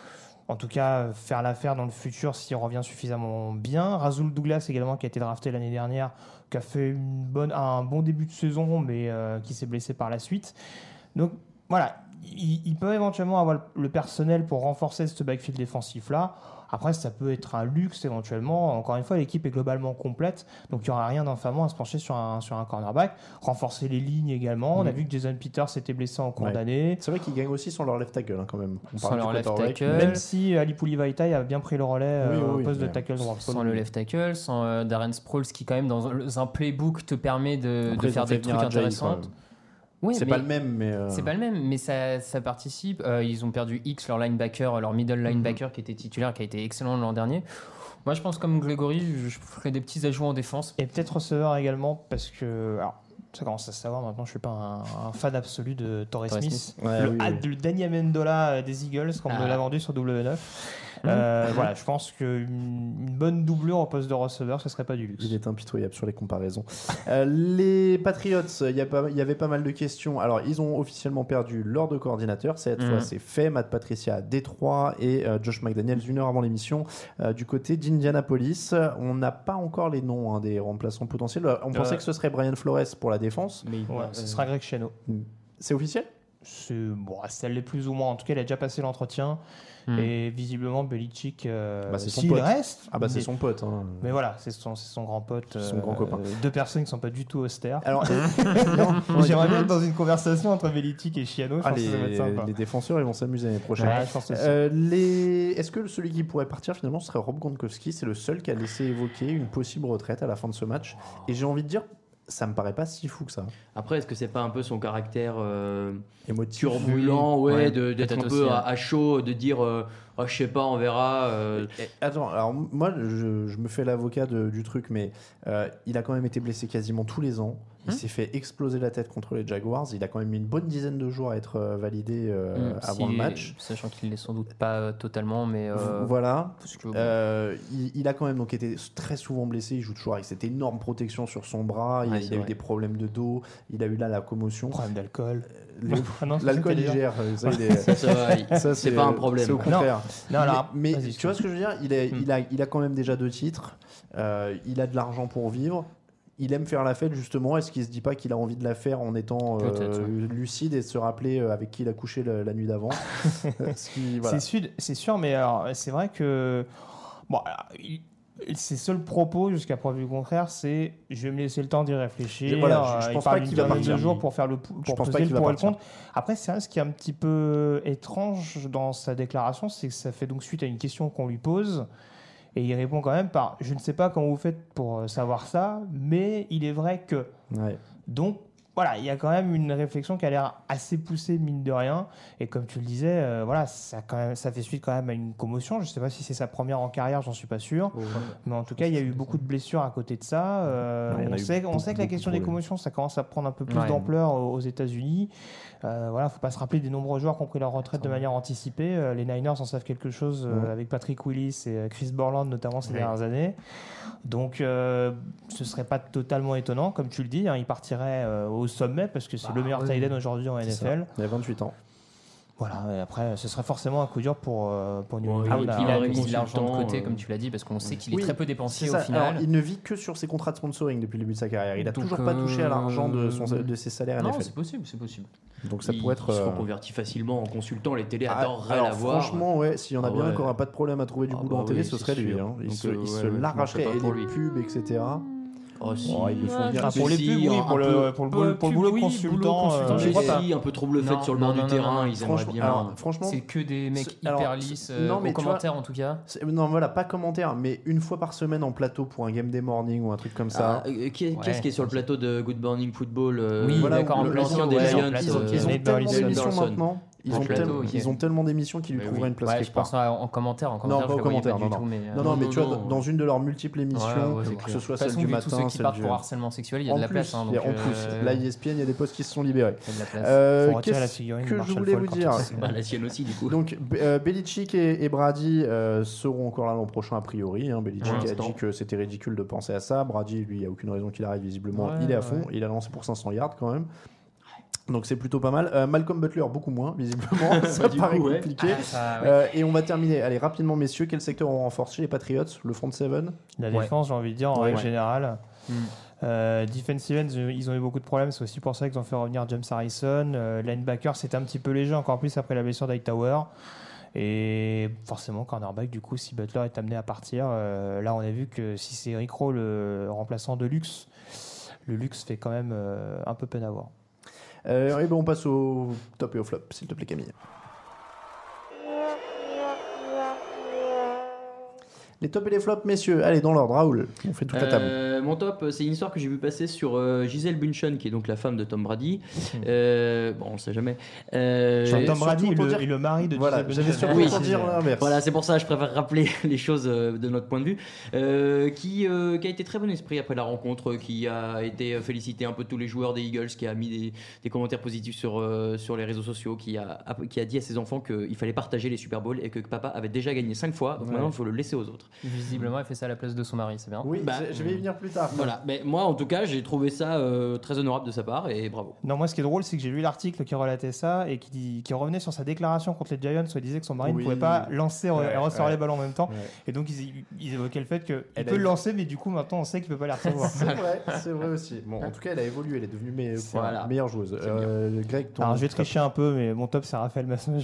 en tout cas faire l'affaire dans le futur s'il revient suffisamment bien. Rasul Douglas également, qui a été drafté l'année dernière, qui a fait une bonne, un bon début de saison, mais euh, qui s'est blessé par la suite. Donc voilà, il, il peut éventuellement avoir le personnel pour renforcer ce backfield défensif-là. Après, ça peut être un luxe éventuellement. Encore une fois, l'équipe est globalement complète, donc il n'y aura rien d'infamant à se pencher sur un, sur un cornerback. Renforcer les lignes également. Mmh. On a vu que Jason Peters s'était blessé en cours ouais. d'année.
C'est vrai qu'ils gagnent aussi sans leur left tackle hein, quand même.
On sans leur left tackle.
Même si Ali Poulivaitaï a bien pris le relais oui, euh, oui, au poste oui, de tackle droit.
Sans le left tackle, sans euh, Darren Sproles qui quand même dans un playbook te permet de, Après, de faire des trucs intéressants.
Oui, c'est pas le même, mais euh...
c'est pas le même, mais ça, ça participe. Euh, ils ont perdu X, leur linebacker, leur middle linebacker mm-hmm. qui était titulaire, qui a été excellent l'an dernier. Moi, je pense comme Grégory, je, je ferai des petits ajouts en défense.
Et peut-être receveur également, parce que alors, ça commence à se savoir maintenant. Je suis pas un, un fan absolu de Torrey Smith, Smith. Ouais, le, oui, oui. le Danny Amendola des Eagles, comme on ah. l'a vendu sur W neuf. Euh, mmh. Voilà, je pense qu'une une bonne doublure au poste de receveur, ce serait pas du luxe.
Il est impitoyable sur les comparaisons. euh, les Patriots, il y, y avait pas mal de questions. Alors, ils ont officiellement perdu leur deux coordinateurs. Cette mmh. fois, c'est fait. Matt Patricia à Détroit et euh, Josh McDaniels une heure avant l'émission euh, du côté d'Indianapolis. On n'a pas encore les noms hein, des remplaçants potentiels. On euh, pensait que ce serait Brian Flores pour la défense.
Mais ouais, euh, ce sera Greg Schiano.
C'est officiel ?
C'est, bon, ça l'est plus ou moins. En tout cas, il a déjà passé l'entretien. Mmh. Et visiblement, Belichick, euh,
bah, c'est son
s'il
pote.
reste.
Ah bah c'est
mais,
son pote. Hein.
Mais voilà, c'est son, c'est son grand pote.
Son euh, grand copain.
Deux personnes qui ne sont pas du tout austères. Alors, non, j'aimerais bien être dans une conversation entre Belichick et Schiano.
Ah, les, les défenseurs, ils vont s'amuser l'année prochaine.
Ouais, je pense que
euh, les... Est-ce que celui qui pourrait partir finalement serait Rob Gronkowski ? C'est le seul qui a laissé évoquer une possible retraite à la fin de ce match. Et j'ai envie de dire, ça me paraît pas si fou que ça.
Après, est-ce que c'est pas un peu son caractère euh,
émotif,
turbulent, ouais, ouais, de, d'être un peu
aussi,
à, à chaud, de dire, euh, oh, je sais pas, on verra. Euh...
Et, attends, alors moi, je, je me fais l'avocat de, du truc, mais euh, il a quand même été blessé quasiment tous les ans. Il hum? s'est fait exploser la tête contre les Jaguars. Il a quand même mis une bonne dizaine de jours à être euh, validé euh, hum, avant si, le match.
Sachant qu'il l'est sans doute pas euh, totalement, mais euh,
voilà. Que, euh, il, il a quand même donc été très souvent blessé. Il joue toujours avec cette énorme protection sur son bras. Il, ouais, il a vrai. eu des problèmes de dos. Il a eu là la commotion.
Problème d'alcool.
Les... Ah non, l'alcool il gère. Ça, il est...
ça, ça, va, il... ça c'est, c'est pas un problème.
C'est au contraire.
Non, non, alors,
mais mais tu vois ce que je veux dire ? Il a, hum. il a, il a quand même déjà deux titres. Euh, il a de l'argent pour vivre. Il aime faire la fête justement. Est-ce qu'il se dit pas qu'il a envie de la faire en étant euh, lucide et de se rappeler avec qui il a couché la, la nuit d'avant? qui, voilà.
c'est, sûr, c'est sûr, mais alors, c'est vrai que bon, alors, il, ses seuls propos jusqu'à preuve du contraire, c'est je vais me laisser le temps d'y réfléchir.
Voilà, je, je
il
pense
parle
pas qu'il va partir
deux jours pour faire le pour
je pense
peser
pas qu'il
le pour
va
et le contre. Après, c'est vrai, ce qui est un petit peu étrange dans sa déclaration, c'est que ça fait donc suite à une question qu'on lui pose. Et il répond quand même par « Je ne sais pas comment vous faites pour savoir ça, mais il est vrai que...
Ouais. »
Donc, voilà, il y a quand même une réflexion qui a l'air assez poussée, mine de rien. Et comme tu le disais, euh, voilà, ça, quand même, ça fait suite quand même à une commotion. Je ne sais pas si c'est sa première en carrière, j'en suis pas sûr. Oh, ouais. Mais en tout cas, il y a eu beaucoup de blessures à côté de ça. Euh, ouais, on, sait, beaucoup, on sait que la question de des commotions, ça commence à prendre un peu plus ouais. d'ampleur aux, aux États-Unis. Euh, voilà, faut pas se rappeler des nombreux joueurs qui ont pris leur retraite de manière anticipée. Euh, les Niners en savent quelque chose euh, ouais. avec Patrick Willis et Chris Borland notamment ces ouais. dernières années. Donc, euh, ce serait pas totalement étonnant, comme tu le dis. Hein, il partirait euh, au sommet parce que c'est bah, le meilleur ouais. tight end aujourd'hui en N F L.
Il a vingt-huit ans.
Voilà, et après, ce serait forcément un coup dur pour, euh, pour New England.
Ah oui, il a mis de l'argent de côté, euh... comme tu l'as dit, parce qu'on sait qu'il
oui,
est très peu dépensier au
ça.
final.
Alors, il ne vit que sur ses contrats de sponsoring depuis le début de sa carrière. Il n'a toujours euh... pas touché à l'argent de, son, de ses salaires
non,
N F L.
Non, c'est possible, c'est possible.
Donc ça
il,
pourrait être.
Il se
euh...
reconvertit facilement en consultant. Les télés
ah,
adoreraient la voir.
Franchement, ouais, s'il y en a ah, bien ouais. qui n'aura pas de problème à trouver du ah, boulot bah en télé, oui, ce serait lui. Hein. Il, Donc, se, euh, il se ouais, l'arracherait et les pubs, et cetera.
Oh, si.
Oh, ils le font bien.
Ah, pour les pubs, oui, pour le, pour le, peu, pour le boulot oui, consultant.
consultant euh, je si, un peu trop bluffé sur le bord du terrain, ils aimeraient bien.
Alors, franchement,
c'est que des mecs hyper lisses, aux commentaires en tout cas.
Non, voilà, pas commentaires, mais une fois par semaine en plateau pour un game day morning ou un truc comme ça.
Qu'est-ce qui est sur le plateau de Good Morning Football?
Oui, d'accord,
l'ancien des Lions.
Ils ont tellement d'émissions maintenant. Ils ont,
plateau,
tel, okay. ils ont tellement d'émissions qui lui mais trouveraient oui. une place
ouais,
quelque
je pense
part.
En commentaire, en commentaire,
non, pas en commentaire, non, non.
Tout, mais,
non, non, mais tu vois, dans une de leurs multiples émissions,
ouais, ouais,
que ce soit celle
façon,
du matin,
tous ceux qui
celle
partent
du...
pour harcèlement sexuel, il y a de la place. En
plus, là, E S P N, il y a des postes qui se sont libérés.
Il y a de la place.
Euh, qu'est-ce que je voulais vous dire?
La sienne aussi, du coup.
Donc, Belichick et Brady seront encore là l'an prochain, a priori. Belichick a dit que c'était ridicule de penser à ça. Brady, lui, il n'y a aucune raison qu'il arrive, visiblement. Il est à fond. Il a lancé pour cinq cents yards quand même. Donc c'est plutôt pas mal. Euh, Malcolm Butler, beaucoup moins, visiblement. Ça
Du
paraît
coup, ouais.
compliqué.
Ah, ça, ouais.
Euh, et on va terminer. Allez, rapidement, messieurs, quel secteur on renforce chez les Patriots? Le front seven?
La
Ouais.
défense, j'ai envie de dire, en
Ouais.
règle générale.
Mm.
Euh, defensive ends, ils ont eu beaucoup de problèmes. C'est aussi pour ça qu'ils ont fait revenir James Harrison. Euh, linebacker, c'était un petit peu léger, encore plus après la blessure d'Hightower. Et forcément, cornerback, du coup, si Butler est amené à partir, euh, là, on a vu que si c'est Rick Rowe, le remplaçant de luxe, le luxe fait quand même euh, un peu peine à voir.
Euh, et ben on passe au top et au flop, s'il te plaît, Camille. Les tops et les flops, messieurs. Allez, dans l'ordre. Raoul, on fait toute la table.
Euh, mon top, c'est une histoire que j'ai vu passer sur euh, Gisèle Bündchen, qui est donc la femme de Tom Brady. Euh, bon, on le sait jamais. Euh,
Genre Tom Brady
surtout
est
pour
le,
dire-
est le mari de
Voilà,
Gisele
j'avais
Bündchen.
surtout
Oui,
pour
c'est-
dire l'inverse.
Voilà, c'est pour ça que je préfère rappeler les choses euh, de notre point de vue. Euh, qui, euh, qui a été très bon esprit après la rencontre, qui a été félicité un peu tous les joueurs des Eagles, qui a mis des, des commentaires positifs sur, euh, sur les réseaux sociaux, qui a, qui a dit à ses enfants qu'il fallait partager les Super Bowls et que papa avait déjà gagné cinq fois, donc
Ouais.
maintenant il faut le laisser aux autres.
Visiblement, elle fait ça à la place de son mari, c'est bien.
Oui,
Bah,
je- je vais y venir plus tard.
Voilà, mais moi en tout cas j'ai trouvé ça euh, très honorable de sa part et bravo.
Non, moi, ce qui est drôle, c'est que j'ai lu l'article qui relatait ça et qui, dit- qui revenait sur sa déclaration contre les Giants où il disait que son mari
Oui.
ne pouvait pas lancer
Ouais,
et recevoir
ouais.
les ballons en même temps.
Ouais.
Et donc, ils, ils évoquaient le fait qu'il
Elle
peut
a
le
eu-
lancer, mais du coup, maintenant, on sait qu'il ne peut pas les recevoir.
C'est vrai, c'est vrai aussi. Bon, en tout cas, elle a évolué, elle est devenue me-
Voilà.
meilleure joueuse. Euh, Greg, ton
Alors, je vais
top.
tricher un peu, mais mon top, c'est Raphaël Masson.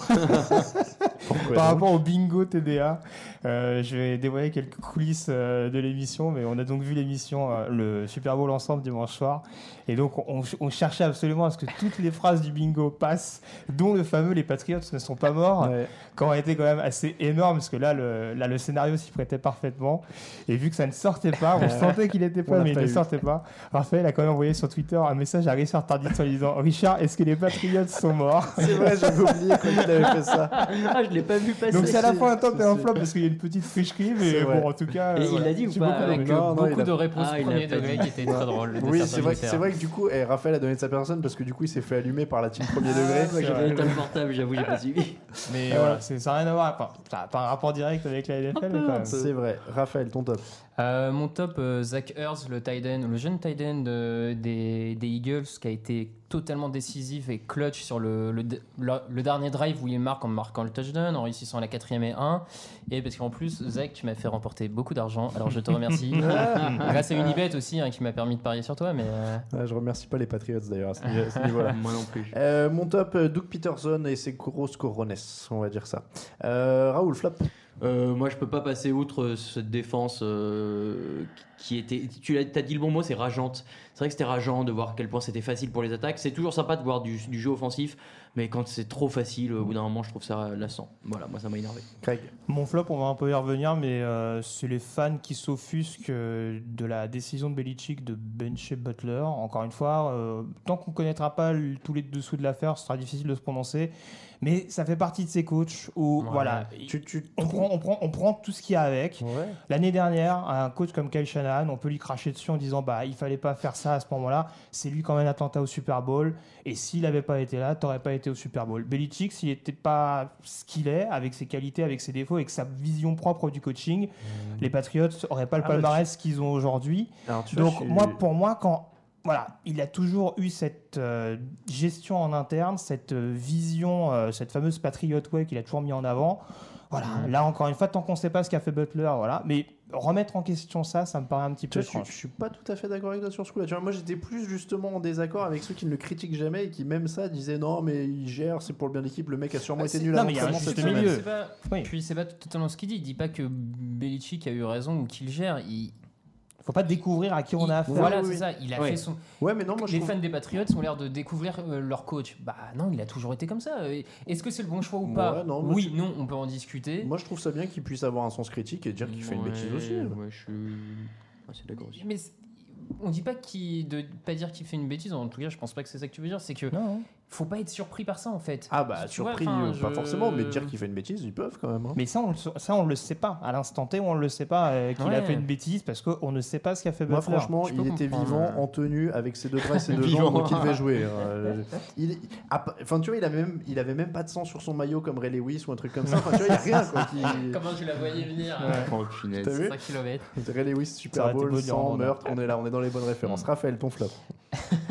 Pourquoi
Par
donc
rapport au bingo T D A, euh, je vais dévoiler quelques coulisses euh, de l'émission, mais on a donc vu l'émission, euh, le Super Bowl ensemble dimanche soir, et donc on, on cherchait absolument à ce que toutes les phrases du bingo passent, dont le fameux "les Patriots ne sont pas morts",
Ouais.
qui aurait été quand même assez énorme, parce que là le, là, le scénario s'y prêtait parfaitement, et vu que ça ne sortait pas, on sentait qu'il était
On
pas,
l'a
mais il
pas
ne
eu.
sortait pas. Raphaël a quand même envoyé sur Twitter un message à Richard Tardif en lui disant: Richard, est-ce que les Patriots sont morts?
C'est vrai, j'avais oublié quand il avait fait ça.
Ah, je l'ai pas vu passer.
Donc c'est à la
si,
fois un top
si,
et un
si.
flop parce qu'il y a une petite fricherie, mais
C'est vrai.
bon, en tout cas.
Et
euh,
il
voilà.
l'a dit ou
J'ai
pas
beaucoup
avec
aimé.
Avec euh,
Non, non,
beaucoup
il a-
de réponses
Ah, il
premier
l'a pas
degré
dit.
qui étaient très drôles. de
Oui,
certains
c'est vrai, que-
auditeurs.
c'est vrai que du coup, eh, Raphaël a donné de sa personne parce que du coup, il s'est fait allumer par la team premier
Ah,
degré.
moi, j'avais l'état portable, j'avoue, j'ai pas suivi.
Mais
Euh,
voilà, c'est- ça n'a rien à voir. Enfin, ça n'a pas un rapport direct avec la N F L, mais quand même.
C'est vrai. Raphaël, ton top.
Euh, mon top, euh, Zach Ertz, le tight end, le jeune tight end euh, des, des Eagles, qui a été totalement décisif et clutch sur le, le, le, le dernier drive où il marque en marquant le touchdown, en réussissant la quatrième et un. Et parce qu'en plus, Zach, tu m'as fait remporter beaucoup d'argent, alors je te remercie. Grâce à Unibet aussi, hein, qui m'a permis de parier sur toi. Mais euh,
Ah, je remercie pas les Patriots d'ailleurs à ce niveau- à ce niveau-là.
Moi non plus.
Euh, mon top, euh, Doug Peterson et ses grosses corones, on va dire ça. Euh, Raoul, flop.
Euh, moi, je peux pas passer outre cette défense euh, qui était. Tu l'as as dit le bon mot, c'est rageante. C'est vrai que c'était rageant de voir à quel point c'était facile pour les attaques. C'est toujours sympa de voir du, du jeu offensif, mais quand c'est trop facile, au bout d'un moment, je trouve ça lassant. Voilà, moi, ça m'a énervé.
Craig.
Mon flop, on va un peu y revenir, mais euh, c'est les fans qui s'offusquent euh, de la décision de Belichick de bencher Butler. Encore une fois, euh, tant qu'on ne connaîtra pas le- tous les dessous de l'affaire, ce sera difficile de se prononcer. Mais ça fait partie de ces coachs où,
Ouais.
voilà,
Tu, tu
on prend, on, prend, on prend tout ce qu'il y a avec.
Ouais.
L'année dernière, un coach comme Kyle Shanahan, on peut lui cracher dessus en disant bah il fallait pas faire ça à ce moment-là. C'est lui qui emmène Atlanta au Super Bowl. Et s'il n'avait pas été là, t'aurais pas été au Super Bowl. Belichick, s'il n'était pas ce qu'il est, avec ses qualités, avec ses défauts, avec sa vision propre du coaching, les Patriots n'auraient pas le
Ah, bah,
palmarès qu'ils ont aujourd'hui.
Alors, tu vois,
Donc
je suis-
moi, pour moi, quand voilà, il a toujours eu cette euh, gestion en interne, cette euh, vision, euh, cette fameuse Patriot Way qu'il a toujours mis en avant. Voilà, là encore une fois, tant qu'on ne sait pas ce qu'a fait Butler, voilà. Mais remettre en question ça, ça me paraît un petit
Tu
peu
vois, je,
étrange.
je suis pas tout à fait d'accord avec toi sur ce coup-là. Tu vois, moi, j'étais plus justement en désaccord avec ceux qui ne le critiquent jamais et qui, même ça, disaient non, mais il gère, c'est pour le bien de l'équipe. Le mec a sûrement
Bah,
été
c'est-
nul
non,
à
mais il y a un
l'entraînement
juste
cette
milieu.
semaine.
c'est pas,
Oui.
puis c'est pas totalement ce qu'il dit. Il dit pas que Belichick a eu raison ou qu'il gère. Il,
Faut pas découvrir à qui on
il-
a affaire.
Voilà,
Oui,
c'est
oui.
ça. Il a
Ouais.
fait son.
Ouais, mais non, moi, je
Les
trouve...
fans des Patriots ont l'air de découvrir euh, leur coach. Bah non, il a toujours été comme ça. Et Est-ce que c'est le bon choix ou pas?
Ouais, non, moi,
Oui,
je-
non, on peut en discuter.
Moi, je trouve ça bien qu'il puisse avoir un sens critique et dire qu'il fait une
Ouais,
bêtise aussi.
Ouais, je suis assez d'accord aussi.
Mais c'est- on dit pas qu'il de pas dire qu'il fait une bêtise. En tout cas, je pense pas que c'est ça que tu veux dire. C'est que
Non.
faut pas être surpris par ça en fait.
Ah bah,
Tu vois,
surpris,
enfin,
euh, pas
je-
forcément, mais dire qu'il fait une bêtise, ils peuvent quand même. hein.
Mais ça, on le, ça, on le sait pas. À l'instant T, on le sait pas euh, qu'il a
Ouais.
fait une bêtise parce qu'on ne sait pas ce qu'a fait
Moi,
Butler.
franchement,
je peux
il était
comprendre.
vivant, en tenue, avec ses deux bras et ses deux
Vivant.
jambes, donc il devait jouer. hein. Il, ah, enfin, tu vois, il avait même, il avait même pas de sang sur son maillot comme Ray Lewis ou un truc comme ça. Enfin, tu vois, il y a rien quoi. Qui...
Comment je la voyais venir
Oh, punaise.
T'as vu
cinq kilomètres.
Ray Lewis,
Ça
Super
aurait été
Bowl,
beau de lui
sang,
rendre.
meurtre, on est là, on est dans les bonnes références. Raphaël, ton flop.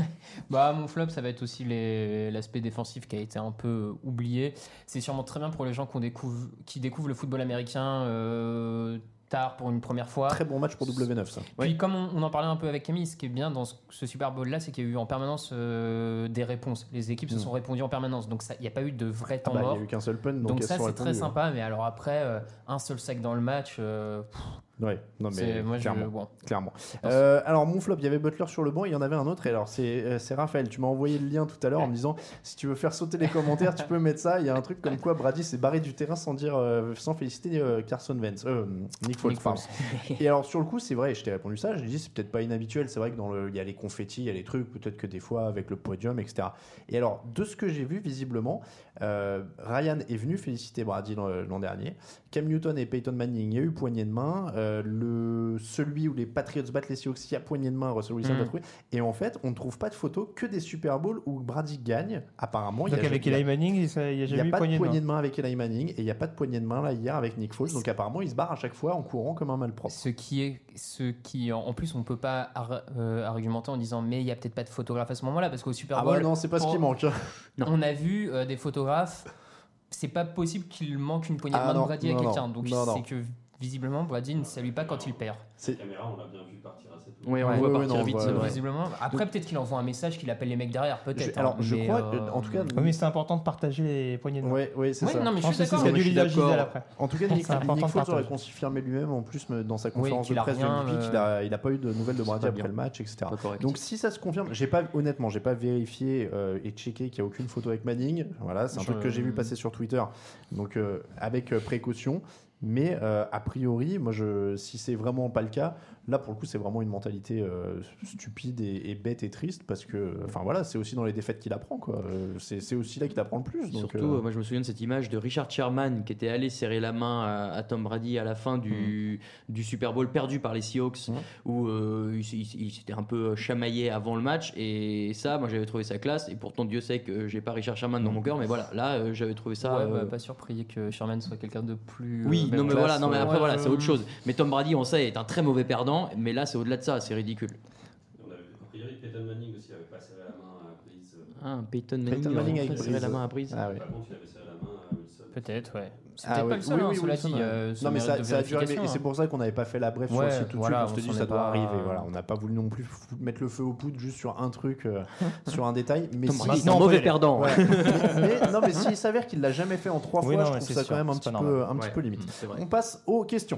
Bah, mon flop, ça va être aussi les... l'aspect défensif qui a été un peu oublié. C'est sûrement très bien pour les gens qui, découvre... qui découvrent le football américain euh, tard pour une première fois.
Très bon match pour W neuf, ça.
Puis
Oui.
comme on, on en parlait un peu avec Camille, ce qui est bien dans ce, ce Super Bowl-là, c'est qu'il y a eu en permanence euh, des réponses. Les équipes se
Mm.
sont répondues en permanence. Donc il n'y a pas eu de vrai temps
Ah bah, il
mort.
n'y a eu qu'un seul punt, donc,
Donc
elles
ça,
sont
c'est très
répondues,
sympa. Mais alors après, euh, un seul sac dans le match... euh, pff,
Ouais, non mais
c'est- moi, je-
clairement.
bon.
clairement. Euh, alors mon flop, il y avait Butler sur le banc, il y en avait un autre. Et alors c'est euh, c'est Raphaël, tu m'as envoyé le lien tout à l'heure en me disant si tu veux faire sauter les commentaires, tu peux mettre ça. Il y a un truc comme quoi Brady s'est barré du terrain sans dire, euh, sans féliciter euh, Carson Wentz, euh, Nick Foles.
Nick
pardon.
Foles.
Et alors sur le coup, c'est vrai, je t'ai répondu ça. J'ai dit c'est peut-être pas inhabituel. C'est vrai que dans le, il y a les confettis, il y a les trucs, peut-être que des fois avec le podium, et cetera. Et alors de ce que j'ai vu visiblement, euh, Ryan est venu féliciter Brady l'an, l'an dernier. Cam Newton et Peyton Manning, il y a eu poignée de main. Euh, le, celui où les Patriots battent les Seahawks, il y a poignée de main, Russell Wilson
Mm.
l'a trouvé. Et en fait, on ne trouve pas de photos que des Super Bowls où Brady gagne. Apparemment, il
Donc
y a
avec
il y a-
Eli Manning, il n'y a
il n'y
jamais
a
eu
pas
poignée
de
de main.
poignée de main avec Eli Manning et il n'y a pas de poignée de main là hier avec Nick Foles. Donc apparemment, il se barre à chaque fois en courant comme un malpropre.
Ce qui est, ce qui en en plus on peut pas ar- euh, argumenter en disant mais il y a peut-être pas de photographe à ce moment-là parce qu'au Super
Ah
Bowl
bah non, c'est pas ce
pour-
qui manque.
on a vu euh, des photographes, c'est pas possible qu'il manque une poignée
Ah
de main
non,
de Brady à
non,
quelqu'un,
non,
donc
non, non.
c'est que visiblement Brady ne salue pas quand il perd.
La caméra, on l'a bien vu partir assez tôt.
Oui, on
Ouais.
voit
Ouais,
partir
non,
vite.
ouais,
c'est
ouais.
vrai.
Visiblement. Après
Donc-
peut-être qu'il envoie un message qu'il appelle les mecs derrière, peut-être.
Je- alors,
hein,
je
mais,
crois,
euh,
euh, en tout cas,
Oui, mais c'est important de partager les poignées de main.
Ouais, ouais, c'est
Ouais,
ça.
non mais je
pense
suis
que c'est ce
d'accord.
qu'a
moi,
dit
je suis
Lila
d'accord.
Gisèle après.
En tout cas, Nick,
C'est important
Nick
de
Foles aurait
partager.
confirmé lui-même en plus me- dans sa conférence
qu'il
de
a
presse de
rien,
M V P
euh,
qu'il a, il a pas eu de nouvelles de Brady
pas
après
bien.
le match, et cetera.
Pas correct.
Donc si ça se confirme, j'ai pas honnêtement, j'ai pas vérifié euh, et checké qu'il y a aucune photo avec Manning. Voilà, c'est un
Je-
truc que j'ai vu passer sur Twitter, donc euh, avec euh, précaution. Mais euh, a priori, moi, je, si c'est vraiment pas le cas, là pour le coup, c'est vraiment une mentalité euh, stupide et, et bête et triste parce que, enfin voilà, c'est aussi dans les défaites qu'il apprend quoi. Euh, C'est, c'est aussi là qu'il apprend le plus. Donc,
Surtout,
euh,
euh, moi je me souviens de cette image de Richard Sherman qui était allé serrer la main à, à Tom Brady à la fin du, du Super Bowl perdu par les Seahawks, où euh, il, s- il s- il s'était un peu chamaillé avant le match. Et ça, moi j'avais trouvé ça classe. Et pourtant, Dieu sait que j'ai pas Richard Sherman dans mon cœur, mais voilà, là euh, j'avais trouvé ça.
Ouais,
euh,
bah, pas surpris que Sherman soit quelqu'un de plus.
Oui,
euh,
non mais
classe,
voilà, non mais
ouais.
après
Ouais,
voilà,
je-
c'est autre chose. Mais Tom Brady, on sait, est un très mauvais perdant. Mais là, c'est au-delà de ça, c'est ridicule.
On avait, a priori, Peyton Manning aussi avait pas serré la main à Breeze.
Ah, Peyton Manning,
Peyton
il
Manning
aurait
avec
serré
Breeze.
la main à Breeze.
Ah ouais.
Par contre, il avait serré la main à Wilson.
Peut-être, ouais. C'est
Ah
peut-être
ouais.
pas le seul,
Oui,
hein,
oui,
cela
Wilson,
dit.
ouais.
euh, ce
non mais
mérite
ça,
de
ça a dû arriver et
vérification,
c'est
hein.
pour ça qu'on n'avait pas fait la bref
Ouais,
sur le site tout de
voilà,
suite. On s'est
on
dit
s'en
ça
est
doit
pas-
arriver. Voilà, on n'a pas voulu non plus fou- mettre le feu aux poudres juste sur un truc, euh, sur un détail. Mais
Tom
si,
Brady, c'est
non,
un mauvais
mais-
perdant.
voilà. mais non mais s'il s'avère qu'il l'a jamais fait en trois
Oui,
fois,
non,
je
mais
trouve
c'est
ça
sûr,
quand même un
c'est
petit
pas
peu,
normal.
un petit
Ouais,
peu limite.
c'est vrai.
On passe aux questions.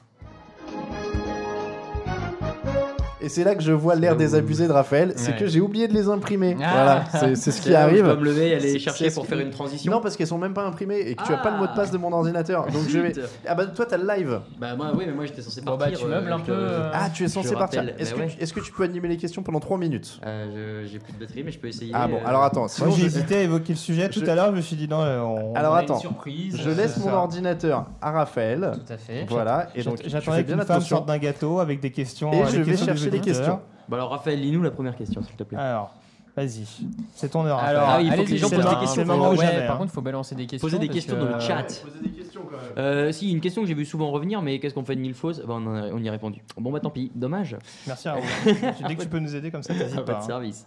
Et c'est là que je vois l'air désabusé de Raphaël, c'est
Ouais.
que j'ai oublié de les imprimer.
Ah.
Voilà, c'est, c'est ce qui
C'est là où
arrive.
Je dois me lever et aller
C'est-
chercher
c'est
pour
ce
faire
qui-
une transition.
Non, parce qu'elles sont même pas imprimées et que tu as pas le mot de passe de mon ordinateur. Donc je vais.
Zut.
Ah bah toi t'as le live.
Bah moi, oui, mais moi j'étais censé
Bon,
partir.
bah, tu meubles
euh,
un
je
peu,
te-
euh.
Ah, tu es censé
je
partir.
rappelle,
Est-ce
bah
que,
ouais.
tu, est-ce que tu peux animer les questions pendant trois minutes?
Euh, je- j'ai plus de batterie, mais je peux essayer.
Ah bon,
euh,
alors attends.
Moi,
Sinon,
j'ai
je-
hésité à évoquer le sujet tout
je-
à l'heure, je me suis dit non, euh, on.
Alors
On a
attends,
une surprise.
je laisse
c'est
mon
ça.
ordinateur à Raphaël.
Tout à fait.
Voilà, et donc tu
J'attendais
fais bien
qu'une femme
attention.
sorte d'un gâteau avec des questions.
Et
euh,
je
les
vais
questions des
chercher les
auditeurs.
questions.
Bon alors Raphaël, lis-nous la première question, s'il te plaît.
Alors, vas-y, c'est ton heure.
Alors,
Ah oui, il faut
allez-y,
que les gens
c'est
posent
le-
des questions.
C'est le moment ou
Ouais,
jamais.
par
hein.
contre, il faut balancer des questions.
Poser des
parce
questions
que,
dans le
euh,
chat.
Poser des questions quand même.
Euh, si, une question que j'ai vu souvent revenir, mais qu'est-ce qu'on fait de mille fausses bah, on, en a- on y a répondu. Bon bah tant pis, dommage.
Merci Raoul. Dès que tu peux nous aider comme ça, t'hésites
Pas
pas.
de
hein.
service.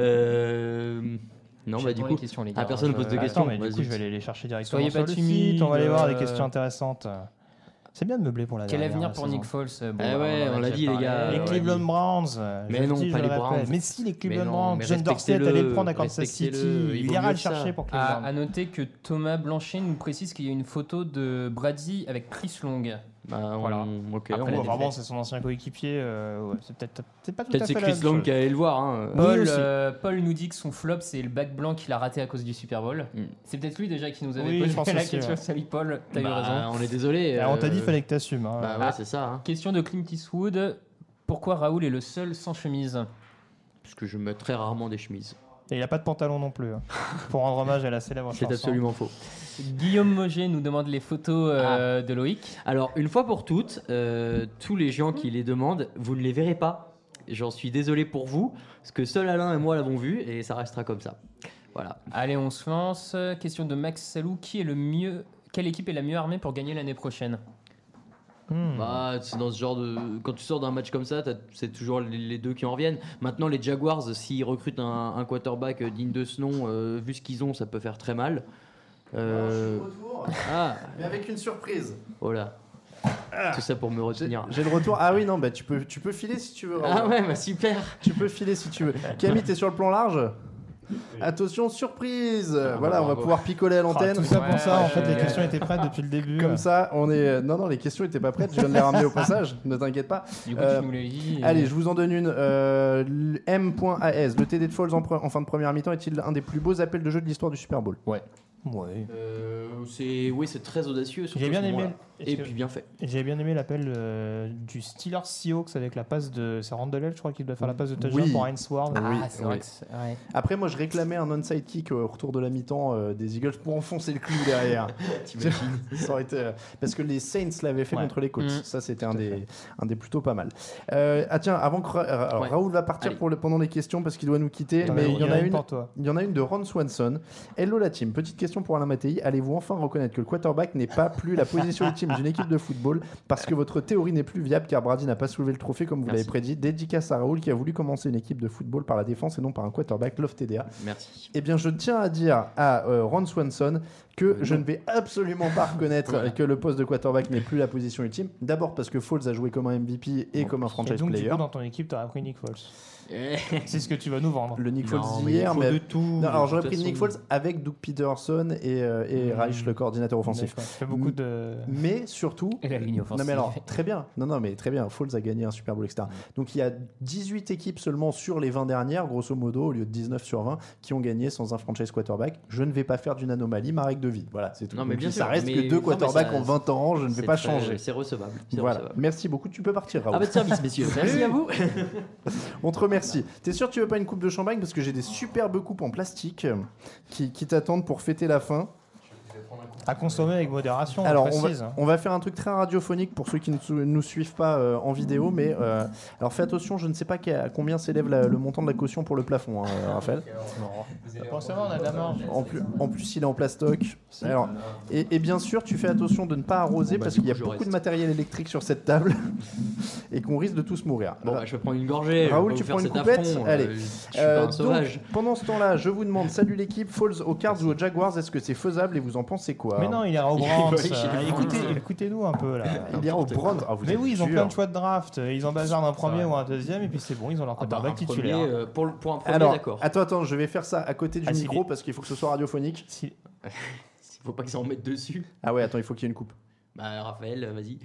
Euh... Non, bah du
J'attends
coup,
les questions, les gars.
ah, personne ne pose de
Je-
questions.
Attends, mais du
Vas-y.
coup, je vais aller les chercher directement
Soyez
sur
pas
le
timide,
site. On va aller voir des
euh,
questions intéressantes. C'est bien de meubler pour la
Quel
dernière,
avenir
la
pour
saison.
Nick Foles bon,
Ah
bah,
ouais,
en a
on l'a
déjà
dit, les
parlé.
gars.
Les
ouais,
Cleveland
dit.
Browns. je
Mais
le
non,
dis, je
pas
le
les
répète.
Browns.
Mais si, les Cleveland
Mais non,
Browns.
mais
John Dorsey est allé
respectez-le,
le prendre à Kansas
respectez-le,
City.
il
Il
vaut
ira
mieux
le
ça.
chercher pour
À,
Cleveland.
à noter que Thomas Blanchet nous précise qu'il y a une photo de Brady avec Chris Long.
Bah, on-
Voilà.
ok,
Après,
on
la
va
Bon,
voir.
vraiment, c'est son ancien coéquipier. euh, ouais, c'est peut-être c'est pas tout
Peut-être
à
c'est
fait la
Chris
même
Long
chose.
qui allait le voir. Hein.
Oui,
Paul,
aussi.
euh, Paul nous dit que son flop, c'est le bac blanc qu'il a raté à cause du Super Bowl.
Mm.
C'est peut-être lui déjà qui nous avait
Oui, je pense
posé la
aussi,
question.
ouais.
Salut Paul, t'as eu
Bah,
raison.
on est désolé.
Alors, on t'a dit
euh,
qu'il fallait que t'assumes. hein.
Bah ouais,
Ah.
c'est ça. Hein.
Question de Clint Eastwood. Pourquoi Raoul est le seul sans chemise?
Parce que je mets très rarement des chemises.
Et il a pas de pantalon non plus. hein. Pour rendre hommage à la célèbre
C'est
chanson.
absolument faux.
Guillaume Moget nous demande les photos euh, de Loïc.
Alors, une fois pour toutes, euh, tous les gens qui les demandent, vous ne les verrez pas. J'en suis désolé pour vous, parce que seul Alain et moi l'avons vu, et ça restera comme ça. Voilà.
Allez, on se lance. Question de Max Salou. Qui est le mieux Quelle équipe est la mieux armée pour gagner l'année prochaine?
Hmm.
Bah, c'est dans ce genre de. Quand tu sors d'un match comme ça, t'as- c'est toujours les, les deux qui en reviennent. Maintenant, les Jaguars, s'ils recrutent un, un quarterback digne de ce nom, euh, vu ce qu'ils ont, ça peut faire très mal. Euh... Ah,
Mais avec une surprise.
oh là. Tout ça pour me
J'ai
retenir.
j'ai le retour. Ah oui, non, bah tu peux, tu peux filer si tu veux.
Ah
Raoul.
ouais, bah super.
Tu peux filer si tu veux. Camille, t'es sur le plan large? Attention, surprise. Voilà, on va
bravo.
pouvoir picoler à l'antenne.
Tout ça pour ça, en fait, les
Ouais.
questions étaient prêtes depuis le début.
Comme ça, on est. Non, non, les questions n'étaient pas prêtes. Je viens de les ramener au passage. Ne t'inquiète pas.
Du coup,
Euh,
tu nous l'as dit. et-
Allez, je vous en donne une. Euh, M.A S. Le T D de Foles en, pre- en fin de première mi-temps est-il un des plus beaux appels de jeu de l'histoire du Super Bowl?
Ouais.
Ouais.
Euh, c'est oui, c'est très audacieux. surtout
J'ai bien
à ce
aimé.
moment-là.
est-ce
Et
que-
puis bien fait.
J'ai bien aimé l'appel euh, du Steelers Seahawks avec la passe de. C'est Randall, je crois qu'il doit faire la passe de touchdown
Oui.
pour Heinz Ward.
Ah,
Oui,
c'est vrai
oui.
que c'est- ouais.
Après, moi, je réclamais un onside kick au retour de la mi-temps euh, des Eagles pour enfoncer le clou derrière.
T'imagines.
Ça aurait été, euh, parce que les Saints l'avaient fait
Ouais.
contre les Colts.
Mm.
Ça, c'était un des, un des plutôt pas mal. Euh, ah tiens, avant que Ra- alors,
Ouais.
Raoul va partir
Allez.
pour le, pendant les questions parce qu'il doit nous quitter,
T'en
mais
as-
il y en a une.
pour toi.
Il y en a une de Ron Swanson. Hello la team. Petite question pour Alain Mattei. Allez-vous enfin reconnaître que le quarterback n'est pas plus la position ultime d'une équipe de football parce que votre théorie n'est plus viable car Brady n'a pas soulevé le trophée comme vous
Merci.
l'avez prédit. Dédicace à Raoul qui a voulu commencer une équipe de football par la défense et non par un quarterback. Love T D A.
Merci.
Eh bien, je tiens à dire à euh, Ron Swanson que je ne vais absolument pas reconnaître
Voilà.
que le poste de quarterback n'est plus la position ultime. D'abord parce que Foles a joué comme un M V P et comme un
Et
franchise
donc, du
player.
coup, dans ton équipe, t'aurais pris Nick Foles.
Eh,
C'est ce que tu vas nous vendre.
Le Nick
non,
Foles
mais
d'hier,
il faut
mais
de tout.
non,
de
alors j'aurais
toute
pris Nick
façon.
Foles avec Doug Peterson et, euh, et
Mmh.
Reich, le coordinateur offensif.
D'accord. Tu fais beaucoup de.
Mais surtout,
Et la ligne offensive.
non mais alors très bien, non non mais très bien. Foles a gagné un Super Bowl, et cetera.
Mm.
Donc il y a dix-huit équipes seulement sur les vingt dernières, grosso modo, au lieu de dix-neuf sur vingt, qui ont gagné sans un franchise quarterback. Je ne vais pas faire d'une anomalie ma règle de vie. Voilà, c'est tout.
Non, mais
Donc,
bien
ça
sûr,
reste
mais-
que deux
non, mais
quarterbacks
ça-
en vingt ans. Je ne vais
C'est
pas
très-
changer.
C'est recevable. c'est
Voilà.
recevable.
Merci beaucoup. Tu peux partir, Raoul.
Ah bah de service, messieurs. Merci à vous.
On te remercie. T'es sûr que tu veux pas une coupe de champagne parce que j'ai des superbes coupes en plastique euh, qui, qui t'attendent pour fêter la fin.
À consommer avec modération,
Alors,
on
on va,
précise. hein.
on va faire un truc très radiophonique pour ceux qui ne sou- nous suivent pas euh, en vidéo, mais euh, alors fais attention, je ne sais pas qu'à- à combien s'élève la- le montant de la caution pour le plafond, hein, euh, Raphaël.
Pensez-moi, on a de la marge.
En plus, en plus, il est en plastoc. Alors, et, et bien sûr, tu fais attention de ne pas arroser
Bon, bah,
parce
du
qu'il y a
coup, je
beaucoup de
reste.
matériel électrique sur cette table et qu'on risque de tous mourir.
Bon, bah, je vais prendre une gorgée.
Raoul,
je
tu
vais
prends
vous
une
faire cet
coupette
affront,
Allez.
euh, Je suis
Euh,
pas un
donc,
sauvage.
pendant ce temps-là, je vous demande, salut l'équipe, Falls aux Cards ou aux Jaguars, est-ce que c'est faisable et vous en pensez quoi?
Mais non, il ira au
Il
Browns.
va chez
euh,
les
Écoutez,
Browns.
écoutez-nous un peu là.
Il ira au Browns. Ah, vous
Mais
êtes
oui, ils ont
dur.
plein de choix de draft. Ils en bazardent un premier
vrai.
ou un deuxième, et puis c'est bon, ils ont leur
Ah bah,
quarterback
un premier,
titulaire.
euh, pour, le- pour un premier,
Alors,
d'accord.
attends, attends, je vais faire ça à côté du
Ah, si,
micro
il-
parce qu'il faut que ce soit radiophonique.
Si-
Il faut pas qu'ils s'en mettent dessus.
Ah ouais, attends, il faut qu'il y ait une coupe.
Bah, Raphaël, vas-y.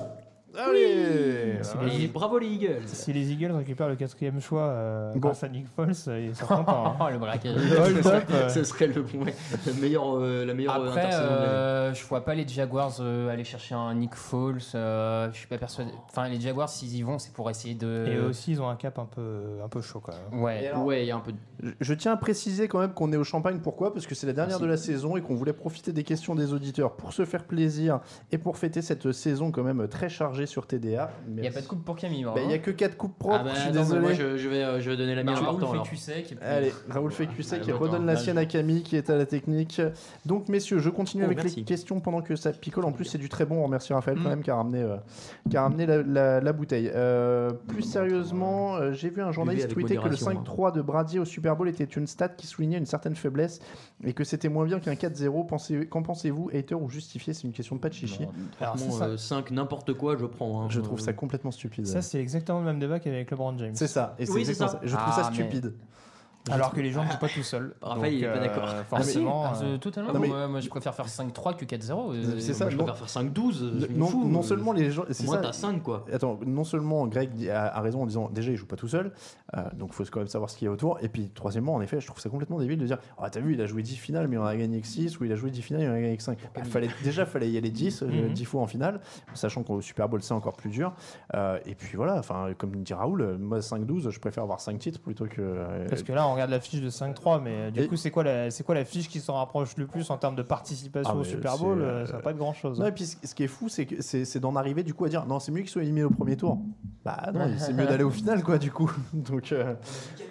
Allez
Et bravo les Eagles.
Si les Eagles récupèrent le quatrième choix euh,
Bon.
grâce à Nick Foles, euh, ils sont contents. hein.
Oh, le braquage.
Le hold-up, euh,
Ce serait le, ouais, le meilleur, euh, la meilleure euh,
Après,
intersaison de l'année.
euh, je vois pas les Jaguars euh, aller chercher un Nick Foles. euh, je suis pas persuadé. Enfin, les Jaguars, s'ils y vont, c'est pour essayer de.
Et aussi, ils ont un cap un peu, un peu chaud quand même.
Ouais.
Et alors-
Ouais, il y a un peu de...
Je, je tiens à préciser quand même qu'on est au Champagne. Pourquoi? Parce que c'est la dernière
Merci.
de la saison et qu'on voulait profiter des questions des auditeurs pour se faire plaisir et pour fêter cette saison quand même très chargée sur T D A.
Il n'y a pas de coupe pour Camille.
Il n'y a que quatre coupes propres,
Ah bah,
je suis
attends, mais
désolé.
moi je, je vais, euh, je vais donner la mienne
Bah,
en
Raoul
partant
fait
alors.
cul sec. et puis-
Allez, Raoul fait Q C
Ah,
qui
le
redonne
temps,
la
là,
sienne
je-
à Camille qui est à la technique. Donc messieurs, je continue
Oh,
avec
merci.
les questions pendant que ça picole. En plus c'est du très bon. On remercie Raphaël quand
Mm.
même qui a ramené, euh, qui a ramené la, la- la bouteille. Euh, plus sérieusement, euh, j'ai vu un journaliste
avec
tweeter que le
modération,
cinq trois de Brady au Super Bowl était une stat qui soulignait une certaine faiblesse et que c'était moins bien qu'un quatre zéro. Pensez, qu'en pensez-vous, hater ou justifié? C'est une question de pas de chichi.
Alors, c'est
Franchement,
ça.
euh, cinq n'importe quoi, je prends. hein.
Je trouve
Euh,
ça complètement stupide.
Ça, c'est exactement le même débat qu'avec LeBron James.
C'est ça. Et c'est
Oui, c'est
exactement
ça.
ça. Je trouve ça
Ah, mais-
stupide.
Alors que les gens ne jouent pas tout seuls.
Raphaël, il est pas d'accord.
euh,
Ah, si.
Forcément.
Ah,
euh,
c'est totalement.
Non, mais-
moi, moi, je préfère faire cinq trois que quatre zéro. euh,
C'est ça.
Moi, je
non-
préfère faire cinq douze. je m'en
Non,
fous.
non seulement les gens. C'est
Moi,
ça.
t'as cinq quoi.
Attends, non seulement Greg dit- a, a raison en disant déjà il joue pas tout seul, euh, donc il faut quand même savoir ce qu'il y a autour. Et puis troisièmement, en effet, je trouve ça complètement débile de dire ah t'as vu il a joué dix finales mais il en a gagné que six ou il a joué dix finales il en a gagné que cinq. Bah, fallait, déjà fallait y aller dix, euh,
Mhm.
dix fois en finale, sachant qu'au Super Bowl c'est encore plus dur. Euh, et puis voilà, enfin comme dit Raoul, euh, moi cinq douze, je préfère avoir cinq titres plutôt que. euh,
Parce que là, on regarde la fiche de cinq trois, mais euh, du
Et-
coup, c'est quoi, la, c'est quoi la fiche qui s'en rapproche le plus en termes de participation
Ah,
au
mais
Super
c'est,
Bowl
euh,
euh, Ça va pas être grand chose.
Non, et puis ce ce qui est fou, c'est que c'est c'est d'en arriver du coup à dire non, c'est mieux qu'il soit éliminé au premier tour. Bah non, c'est mieux d'aller au final quoi du coup. Donc euh,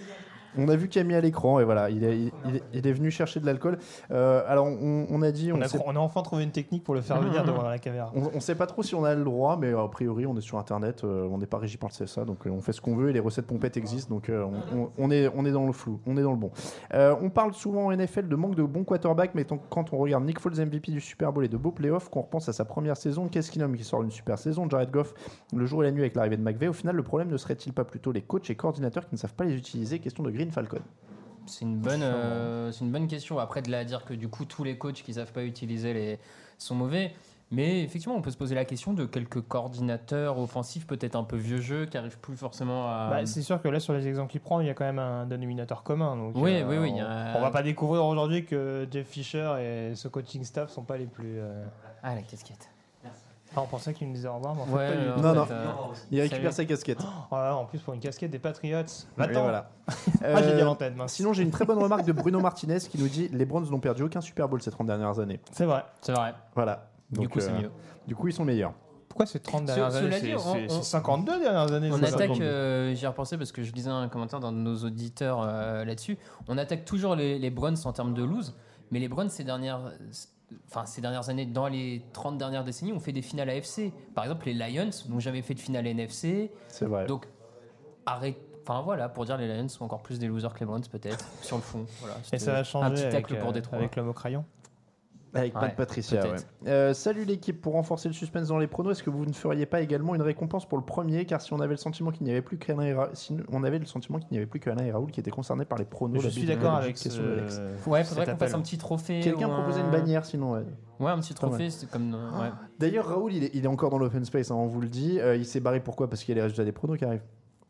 On a vu Camille à l'écran et voilà, il est, il, il- il est venu chercher de l'alcool. Euh, alors on, on a dit,
On
on
a,
sait,
on a enfin trouvé une technique pour le faire venir devant la caméra.
on, on sait pas trop si on a le droit, mais a priori on est sur internet, euh, on n'est pas régi par le C S A, donc euh, on fait ce qu'on veut et les recettes pompettes existent, donc euh, on, on- on est, on est dans le flou, on est dans le bon. Euh, on parle souvent en N F L de manque de bons quarterbacks, mais tant- quand on regarde Nick Foles M V P du Super Bowl et de beaux playoffs, qu'on repense à sa première saison, qu'est-ce qu'il nomme qui sort d'une super saison, Jared Goff, le jour et la nuit avec l'arrivée de McVay, au final le problème ne serait-il pas plutôt les coachs et coordinateurs qui ne savent pas les utiliser? Question de Green Falcon.
C'est une bonne, euh, c'est une bonne question. Après, de là à dire que du coup tous les coachs qui savent pas utiliser les sont mauvais. Mais effectivement, on peut se poser la question de quelques coordinateurs offensifs, peut-être un peu vieux jeu, qui arrivent plus forcément à.
Bah, c'est sûr que là, sur les exemples qu'il prend, il y a quand même un dénominateur commun. Donc,
Oui,
euh,
oui, oui,
On,
il y a-
on va pas découvrir aujourd'hui que Jeff Fisher et ce coaching staff sont pas les plus. euh,
Ah, la casquette.
Ah, on pensait qu'il nous disait au revoir, mais en fait,
Ouais,
pas du
euh,
tout.
en
Non,
fait,
non.
euh,
Il récupère
salut.
sa casquette.
Oh là là, en plus, pour une casquette des Patriots.
Et
Va-t'en.
voilà.
Ah, j'ai dit
Euh,
l'antenne. mince.
Sinon, j'ai une très bonne remarque de Bruno Martinez qui nous dit les Browns n'ont perdu aucun Super Bowl ces trente dernières années.
C'est vrai.
C'est vrai.
Voilà.
Du
Donc,
coup, c'est
euh,
mieux.
Du coup, ils sont meilleurs.
Pourquoi ces trente dernières
Ce-
années
cela
C'est
dit, on-
c'est-
on-
c'est cinquante-deux dernières années.
On
ça.
attaque,
cinquante-deux.
euh, j'y ai repensé parce que je lisais un commentaire d'un de nos auditeurs euh, là-dessus. On attaque toujours les, les Browns en termes de lose, mais les Browns ces dernières, enfin ces dernières années, dans les trente dernières décennies, ont fait des finales A F C. Par exemple, les Lions n'ont jamais fait de finale N F C.
C'est vrai.
Donc arrête. Enfin voilà, pour dire les Lions sont encore plus des losers que les Browns peut-être sur le fond. Voilà,
Et
c'était
ça va
un
changer
petit
avec,
tacle pour
euh,
Détroit.
avec l'homme au crayon.
Avec
Ouais,
Pat Patricia, ouais.
peut-être.
Euh, salut l'équipe, pour renforcer le suspense dans les pronos, est-ce que vous ne feriez pas également une récompense pour le premier? Car si on avait le sentiment qu'il n'y avait plus qu'Alain et, Ra... si on avait le sentiment qu'il n'y avait plus qu'Alain et Raoul qui étaient concernés par les pronos.
Je
la
suis
big-
d'accord
la
avec
question
ce...
d'Alex.
Ouais,
cet
faudrait qu'on
appel.
fasse un petit trophée.
Quelqu'un
ou un-
proposait une bannière sinon. Ouais.
Ouais, un petit
Pas mal.
trophée, c'est comme. euh, ouais.
D'ailleurs, Raoul, il est, il est encore dans l'open space, hein, on vous le dit. Euh, il s'est barré pourquoi? Parce qu'il y a les résultats des pronos qui arrivent.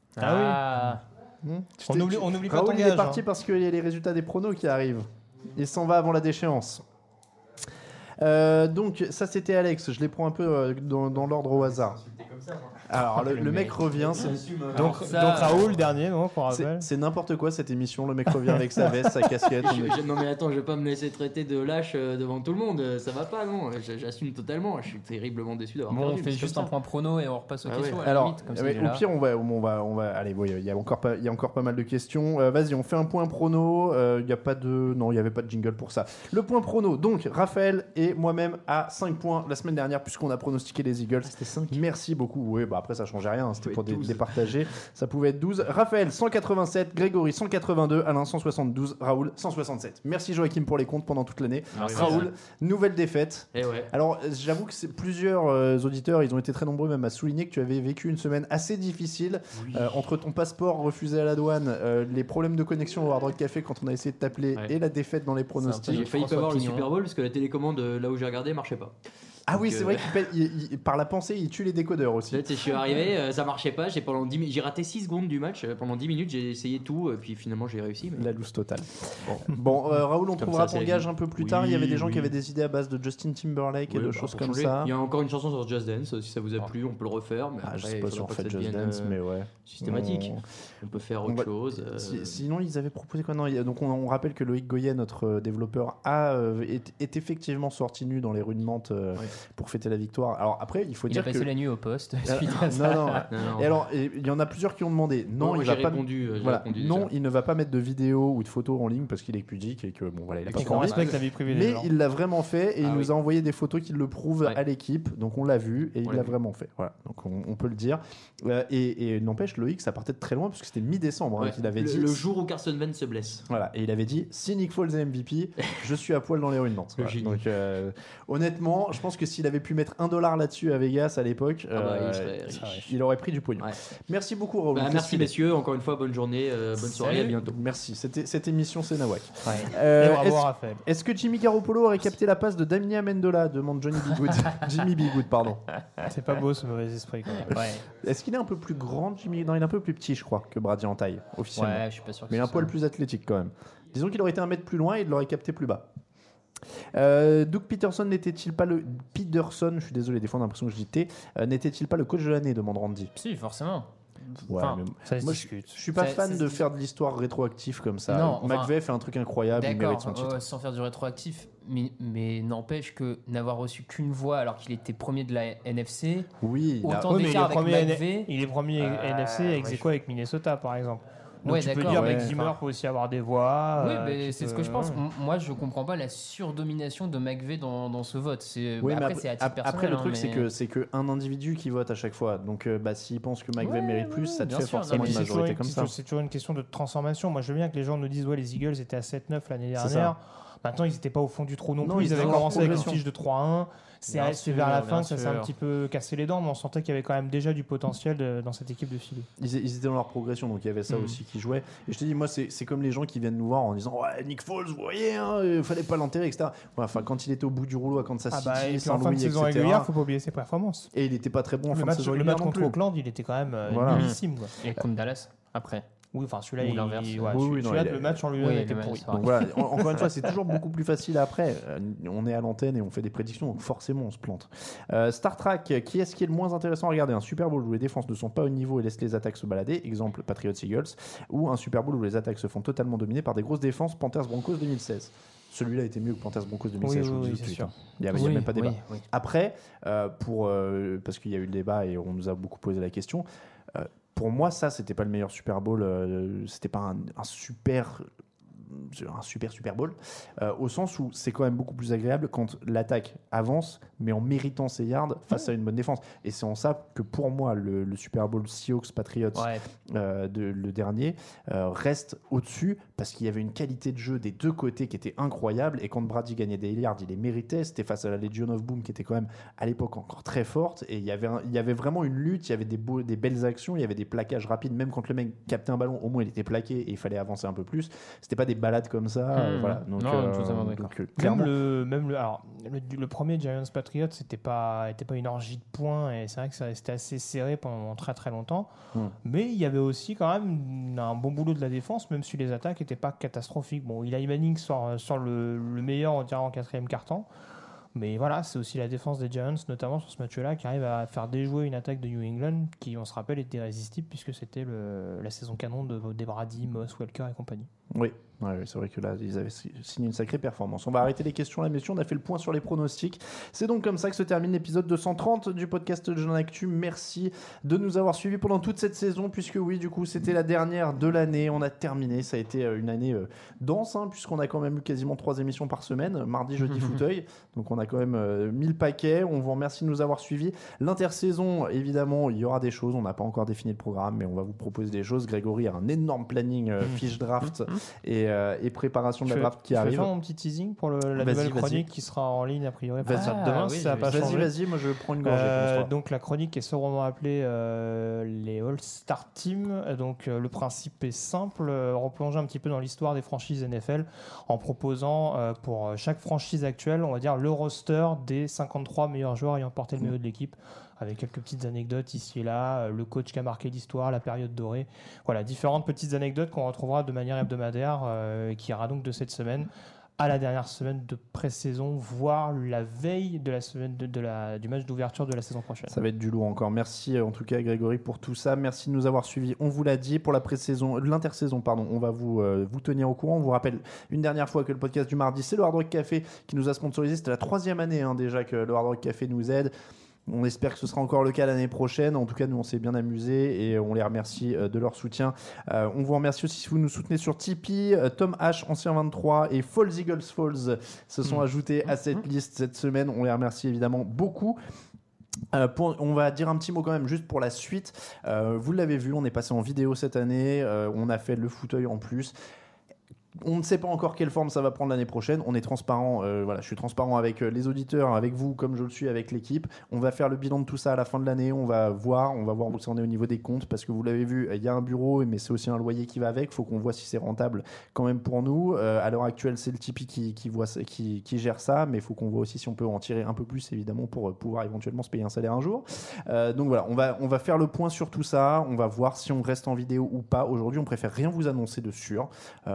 Ah
Hmm
On
Tu
oublie-
t'es-
on oublie pas
Raoul,
ton
il est
gage,
parti
hein.
parce qu'il y a les résultats des pronos qui arrivent. Il s'en va avant la déchéance. Euh, donc ça c'était Alex, je les prends un peu euh, dans, dans l'ordre au hasard. Alors le,
Le
le mec
mec.
revient, c'est
Donc,
ça,
donc Raoul, dernier, non, pour
c'est-
rappel.
c'est n'importe quoi cette émission. Le mec revient avec sa veste, sa casquette. on est-
Je- je- non mais attends, je vais pas me laisser traiter de lâche euh, devant tout le monde, euh, ça va pas non, J- j'assume totalement, je suis terriblement déçu d'avoir
Bon,
perdu.
on
mais
fait
c'est
juste
comme
un
ça.
point prono et on repasse aux
Ah
questions.
ouais.
à la
Alors,
limite, comme ça,
ouais,
il est
au
là.
pire, on va, on va, on va. Allez, bon, il y a encore pas, il y a encore pas mal de questions. Euh, Vas-y, on fait un point prono. Euh, Il y a pas de, non, il y avait pas de jingle pour ça. Le point prono. Donc, Raphaël et moi-même à cinq points la semaine dernière puisqu'on a pronostiqué les Eagles. C'était cinq. Merci beaucoup. Oui, bah après ça changeait rien. hein, C'était
pouvait
pour
être
dé-
douze.
départager. Ça pouvait être douze. Raphaël cent quatre-vingt-sept, Grégory cent quatre-vingt-deux, Alain cent soixante-douze, Raoul cent soixante-sept. Merci Joachim pour les comptes pendant toute l'année.
Merci.
Raoul, nouvelle défaite.
Eh ouais.
Alors, euh, j'avoue que c'est plusieurs euh, auditeurs, ils ont été très nombreux même à souligner que tu avais vécu une semaine assez difficile euh, entre ton passeport refusé à la douane, euh, les problèmes de connexion au Hard Rock Café quand on a essayé de t'appeler
Ouais.
et la défaite dans les
J'ai
pronostics.
failli pas
François
voir le
Pignon.
Super Bowl parce que la télécommande euh, là où j'ai regardé marchait pas.
Ah oui,
Donc,
c'est
euh,
vrai qu'il paie- il- il- par la pensée, il tue les décodeurs aussi.
Peut-être, je suis arrivé, euh, ça marchait pas, j'ai pendant dix mi- j'ai raté six secondes du match, euh, pendant dix minutes j'ai essayé tout, et puis finalement j'ai réussi. Mais...
La loose totale. Bon, euh, Raoul, on
Comme
trouvera
ça, c'est
ton
la
gage
vie.
un peu plus
Oui,
tard. Il y avait des gens
oui.
qui avaient des idées à base de Justin Timberlake et
Oui,
de
bah,
choses
pour
comme
changer.
ça.
Il y a encore une chanson sur Just Dance, si ça vous a plu, on peut le refaire. Mais
Ah, je
après,
sais
il
pas si
faudra
on
pas
fait
que ça
Just
devienne,
Dance,
euh,
mais ouais.
systématique.
On-
On peut faire
On
autre
va-
chose. euh,
Si- sinon, ils avaient proposé quoi? Non, il y a- donc on, on rappelle que Loïc Goyet, notre euh, développeur, a, euh, est, est effectivement sorti nu dans les rues de Mantes euh,
Ouais.
pour fêter la victoire. Alors après, il faut
Il a
dire
passé
que
la nuit au poste.
Ah,
suite à ça.
non, non.
Non, non.
Et alors, et il y en a plusieurs qui ont demandé. Non,
Non,
il
j'ai
va pas.
répondu, euh, j'ai
Voilà.
répondu
Non,
déjà.
il ne va pas mettre de vidéos ou de photos en ligne parce qu'il est pudique et que bon voilà, il a pas
Et qu'on
envie.
respecte la vie privée des
Mais
gens.
il l'a vraiment fait et il
Ah
nous
oui.
a envoyé des photos qui le prouvent
Ouais.
à l'équipe. Donc on l'a vu et
On
il
l'a vu.
vraiment fait. Voilà. Donc on, on peut le dire. Euh, et et n'empêche, Loïc, ça partait de très loin parce que c'était mi-décembre hein,
Ouais.
qu'il avait
le,
dit.
le jour où Carson Wentz se blesse.
Voilà, et il avait dit si Nick Foles est M V P, je suis à poil dans les rues de Nantes.
Le
Voilà.
génie.
Donc euh, honnêtement, je pense que s'il avait pu mettre un dollar là-dessus à Vegas à l'époque,
Ah bah,
euh,
il serait riche.
il aurait pris du pognon.
Ouais.
Merci beaucoup, Raoul.
Bah,
Qu'est-ce
merci
qu'il est
messieurs, encore une fois, bonne journée, euh, bonne soirée,
Salut.
à bientôt.
Merci. C'était cette émission, c'est Nawak.
Ouais.
Euh,
Et bravo
est-ce-
Raphaël.
Est-ce que Jimmy Garoppolo aurait capté la passe de Damien Mendola? Demande Johnny B. Good. Jimmy B. Good, pardon.
C'est pas beau ce mauvais esprit quand même.
Ouais.
Est-ce qu'il est un peu plus grand, Jimmy? Non, il est un peu plus petit, je crois, que Brady en taille, officiellement.
Ouais, je suis pas sûr que
Mais il est un
ce
poil
soit-
plus athlétique quand même. Disons qu'il aurait été un mètre plus loin et il l'aurait capté plus bas. Euh, Doug Peterson n'était-il pas le Peterson, je suis désolé, des fois on a l'impression que je dis T, euh, n'était-il pas le coach de l'année? Demande Randy.
Si, forcément.
Ouais,
Enfin,
mais
Ça se
moi, je,
discute.
je suis pas
Ça-
fan
ça
de
se-
faire de l'histoire rétroactive comme ça.
Non, enfin,
McVeigh fait un truc incroyable, il mérite son
D'accord,
titre.
euh, sans faire du rétroactif, mais, mais n'empêche que n'avoir reçu qu'une voix alors qu'il était premier de la N F C,
Oui, il a-
autant
Oui, mais il
d'écart
est
avec
premier,
McVay.
il est premier
Euh,
N F C
ouais,
ex aequo avec Minnesota par exemple. Donc
Ouais,
tu peux
d'accord,
dire
ouais.
Mike Zimmer peut aussi avoir des voix.
Oui,
euh,
mais
qui
c'est
peut-
ce que je pense.
ouais.
M- Moi, je comprends pas la surdomination de McVeigh dans, dans ce vote. C'est,
Oui,
après,
mais
c'est à
après,
titre personnel.
après, le
hein,
truc,
mais-
c'est que c'est que un individu qui vote à chaque fois. Donc, euh, bah, s'il pense que McVeigh
Ouais,
mérite
ouais,
plus, ça te
bien
fait
sûr,
forcément
non,
une
mais
C'est toujours
majorité
une-
comme
c'est
ça.
toujours- C'est toujours une question de transformation. Moi, je veux bien que les gens nous disent ouais, les Eagles étaient à sept neuf l'année
C'est
dernière.
ça.
Maintenant, ils n'étaient pas au fond du trou non,
Non,
plus.
ils
Ils avaient
étaient en
commencé avec une
progression.
fiche de trois à un. C'est
Bien
c'est
sûr,
vers la
bien
fin que ça s'est un
sûr.
petit peu cassé les dents, mais on sentait qu'il y avait quand même déjà du potentiel de- dans cette équipe de Philly.
Ils, ils étaient dans leur progression, donc il y avait ça
Mm.
aussi qui jouait. Et je te dis, moi, c'est c'est comme les gens qui viennent nous voir en disant ouais, Nick Foles, vous voyez, hein, il fallait pas l'enterrer, et cetera. Ouais, enfin, quand il était au bout du rouleau à Kansas
Ah
City,
bah, et puis
Saint
en fin de
Louis,
saison
et cetera.
régulière, faut pas oublier ses performances.
Et il était pas très bon en
Le
fin
match,
de saison
le
régulière
match
non
contre
plus.
Auckland, il était quand même euh,
Voilà.
nullissime, quoi.
Et contre Dallas, après.
Oui, enfin celui-là,
Ou
il,
l'inverse.
ouais,
Oui,
celui-
oui, non,
celui-là,
il est-
le match en lui-même
Oui,
était
le
pourri.
match, c'est
Donc voilà, en- encore une fois, c'est toujours beaucoup plus facile après. Euh, on est à l'antenne et on fait des prédictions, donc forcément on se plante. Euh, Star Trek, qui est-ce qui est le moins intéressant à regarder? Un Super Bowl où les défenses ne sont pas au niveau et laissent les attaques se balader, exemple Patriots Eagles, ou un Super Bowl où les attaques se font totalement dominer par des grosses défenses, Panthers Broncos deux mille seize. Celui-là était mieux que Panthers Broncos deux mille seize,
Oui,
je vous
oui,
le
oui,
dis tout de
c'est
suite,
sûr.
hein. Il n'y a, il y a
Oui,
même pas débat.
oui, oui.
Après, euh, pour, euh, parce qu'il y a eu le débat et on nous a beaucoup posé la question, euh, pour moi, ça, c'était pas le meilleur Super Bowl, euh, c'était pas un, un super. un super Super Bowl, euh, au sens où c'est quand même beaucoup plus agréable quand l'attaque avance, mais en méritant ses yards face à une bonne défense. Et c'est en ça que pour moi, le, le Super Bowl Seahawks Patriots,
Ouais.
euh, de, le dernier, euh, reste au-dessus parce qu'il y avait une qualité de jeu des deux côtés qui était incroyable. Et quand Brady gagnait des yards, il les méritait. C'était face à la Legion of Boom qui était quand même à l'époque encore très forte. Et il y avait, un- il y avait vraiment une lutte, il y avait des, beaux, des belles actions, il y avait des plaquages rapides. Même quand le mec captait un ballon, au moins il était plaqué et il fallait avancer un peu plus. C'était pas des balades comme ça. euh,
Mmh.
voilà. Donc,
Non,
euh,
totalement d'accord.
donc, euh,
Même
clairement,
le, même le, alors, le, le premier Giants Patriots, c'était pas, était pas une orgie de points et c'est vrai que ça restait assez serré pendant très très longtemps.
Mm.
Mais il y avait aussi quand même un bon boulot de la défense, même si les attaques n'étaient pas catastrophiques. Bon, Eli Manning sort, sort le, le meilleur, on dirait, en quatrième quart-temps. Mais voilà, c'est aussi la défense des Giants, notamment sur ce match-là, qui arrive à faire déjouer une attaque de New England qui, on se rappelle, était irrésistible puisque c'était le, la saison canon de, des Brady, Moss, Welker et compagnie.
oui. Ouais, ouais, c'est vrai que là, ils avaient si- signé une sacrée performance. On va arrêter les questions là, messieurs. On a fait le point sur les pronostics. C'est donc comme ça que se termine l'épisode deux cent trente du podcast Jeune Actu. Merci de nous avoir suivis pendant toute cette saison, puisque oui, du coup, c'était la dernière de l'année. On a terminé. Ça a été euh, une année euh, dense, hein, puisqu'on a quand même eu quasiment trois émissions par semaine, mardi, jeudi, fauteuil. Donc on a quand même euh, mis le paquet. On vous remercie de nous avoir suivis. L'intersaison, évidemment, il y aura des choses. On n'a pas encore défini le programme, mais on va vous proposer des choses. Grégory a un énorme planning euh, fiche draft et, euh, et préparation de
Je
la
fais-
draft qui
je vais
arrive.
faire mon petit teasing pour le- la
Vas-y,
nouvelle
vas-y.
chronique qui sera en ligne a priori à
Vas-y.
partir de demain,
Ah,
si
oui,
ça n'a
je-
pas
Vas-y,
changé.
vas-y, moi je prends une gorgée.
Euh,
commence-toi.
donc la chronique est sobrement appelée euh, les All-Star Team. Euh, Donc euh, le principe est simple, euh, replonger un petit peu dans l'histoire des franchises N F L en proposant euh, pour chaque franchise actuelle, on va dire le roster des cinquante-trois meilleurs joueurs ayant porté le maillot de l'équipe, avec quelques petites anecdotes ici et là, euh, le coach qui a marqué l'histoire, la période dorée. Voilà, différentes petites anecdotes qu'on retrouvera de manière hebdomadaire euh, qui ira donc de cette semaine à la dernière semaine de pré-saison, voire la veille de la semaine de, de la, du match d'ouverture de la saison prochaine.
Ça va être du lourd encore. Merci euh, en tout cas Grégory pour tout ça. Merci de nous avoir suivis. On vous l'a dit pour la pré-saison, l'intersaison, pardon. On va vous euh, vous tenir au courant. On vous rappelle une dernière fois que le podcast du mardi, c'est le Hard Rock Café qui nous a sponsorisé. C'était la troisième année hein, déjà que le Hard Rock Café nous aide. On espère que ce sera encore le cas l'année prochaine. En tout cas, nous, on s'est bien amusés et on les remercie euh, de leur soutien. Euh, on vous remercie aussi si vous nous soutenez sur Tipeee. Euh, Tom H, Ancien vingt-trois et Falls Eagles Falls se sont
Mmh.
ajoutés à cette liste cette semaine. On les remercie évidemment beaucoup. Euh, pour, on va dire un petit mot quand même juste pour la suite. Euh, vous l'avez vu, on est passé en vidéo cette année. Euh, on a fait le fauteuil en plus. On ne sait pas encore quelle forme ça va prendre l'année prochaine. On est transparent. Euh, voilà, je suis transparent avec euh, les auditeurs, avec vous, comme je le suis avec l'équipe. On va faire le bilan de tout ça à la fin de l'année. On va voir, on va voir où ça en est au niveau des comptes, parce que vous l'avez vu, il y a un bureau, mais c'est aussi un loyer qui va avec. Il faut qu'on voit si c'est rentable quand même pour nous. Euh, à l'heure actuelle, c'est le Tipeee qui, qui, voit, qui, qui gère ça, mais il faut qu'on voit aussi si on peut en tirer un peu plus, évidemment, pour euh, pouvoir éventuellement se payer un salaire un jour. Euh, donc voilà, on va, on va faire le point sur tout ça. On va voir si on reste en vidéo ou pas. Aujourd'hui, on préfère rien vous annoncer de sûr. Euh, vous aurez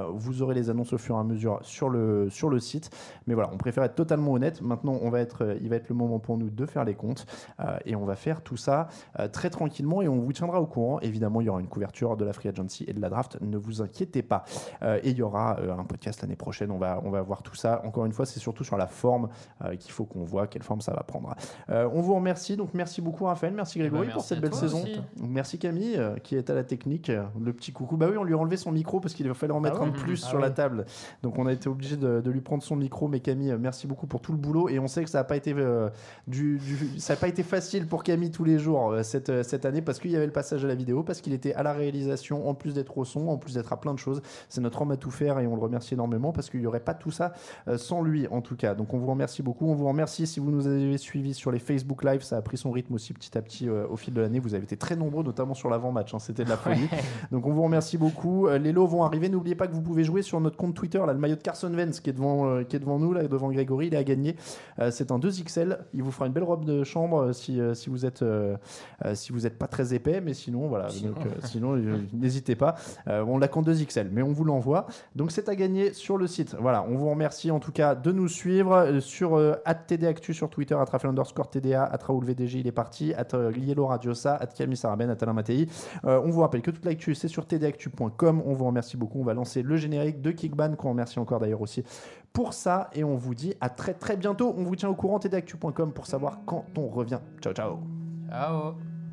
aurez les annonces au fur et à mesure sur le, sur le site. Mais voilà, on préfère être totalement honnête. Maintenant, on va être, il va être le moment pour nous de faire les comptes euh, et on va faire tout ça euh, très tranquillement et on vous tiendra au courant. Évidemment, il y aura une couverture de la Free Agency et de la draft. Ne vous inquiétez pas. Euh, et il y aura euh, un podcast l'année prochaine. On va, on va voir tout ça. Encore une fois, c'est surtout sur la forme euh, qu'il faut qu'on voit quelle forme ça va prendre. Euh, on vous remercie. Donc, merci beaucoup, Raphaël. Merci, Grégory,
bah, merci
pour cette
à
belle
toi
saison.
aussi.
Merci, Camille, euh, qui est à la technique. Euh, le petit coucou. Bah oui, on lui a enlevé son micro parce qu'il fallait en mettre
Ah oui.
un de plus
Ah
sur
oui.
la table. Donc, on a été obligé de, de lui prendre son micro. Mais Camille, euh, merci beaucoup pour tout le boulot. Et on sait que ça n'a pas été, euh, du, du, ça a pas été facile pour Camille tous les jours euh, cette, euh, cette année parce qu'il y avait le passage à la vidéo, parce qu'il était à la réalisation, en plus d'être au son, en plus d'être à plein de choses. C'est notre homme à tout faire et on le remercie énormément parce qu'il n'y aurait pas tout ça euh, sans lui en tout cas. Donc on vous remercie beaucoup. On vous remercie si vous nous avez suivis sur les Facebook Live. Ça a pris son rythme aussi petit à petit euh, au fil de l'année. Vous avez été très nombreux, notamment sur l'avant-match. Hein. C'était de la folie. Donc on vous remercie beaucoup. Euh, les lots vont arriver. N'oubliez pas que vous pouvez jouer sur notre compte Twitter. Là, le maillot de Carson Wentz qui est devant, euh, qui est devant nous, là, devant Grégory, il est à gagner. Euh, c'est un deux X L. Il vous fera une belle robe de chambre euh, si, euh, si vous êtes euh, euh, si vous n'êtes pas très épais, mais sinon voilà.
Sinon,
Donc, euh, sinon euh, n'hésitez pas. Euh, on l'a qu'en deux X L, mais on vous l'envoie. Donc c'est à gagner sur le site. Voilà, on vous remercie en tout cas de nous suivre euh, sur euh, at T D Actu sur Twitter, at Raphaël underscore T D A, at Raoul V D G, il est parti, at euh, Lielo Radiosa, at Camille Saraben, at Alain Mattei. Euh, on vous rappelle que toute l'actu c'est sur t d actu point com. On vous remercie beaucoup. On va lancer le générique de Kickban, qu'on remercie encore d'ailleurs aussi pour ça. Et on vous dit à très très bientôt. On vous tient au courant, t d actu point com, pour savoir quand on revient. Ciao ciao.
Ciao.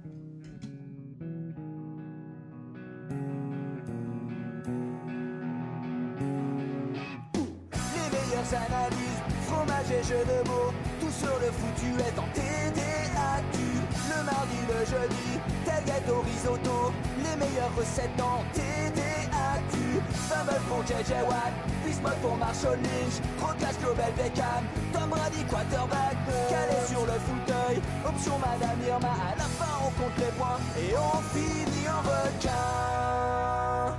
Analyse, fromage et jeux de mots, tout sur le foutu est en T D A Q. Le mardi, le jeudi, tailgate au risotto, les meilleures recettes en T D A Q. Fumble pour J J Watt, Bismuth pour Marshall Lynch, Rocklash Global Beckham, Tom Brady quarterback, calé sur le fauteuil, option Madame Irma, à la fin on compte les points et on finit en requin.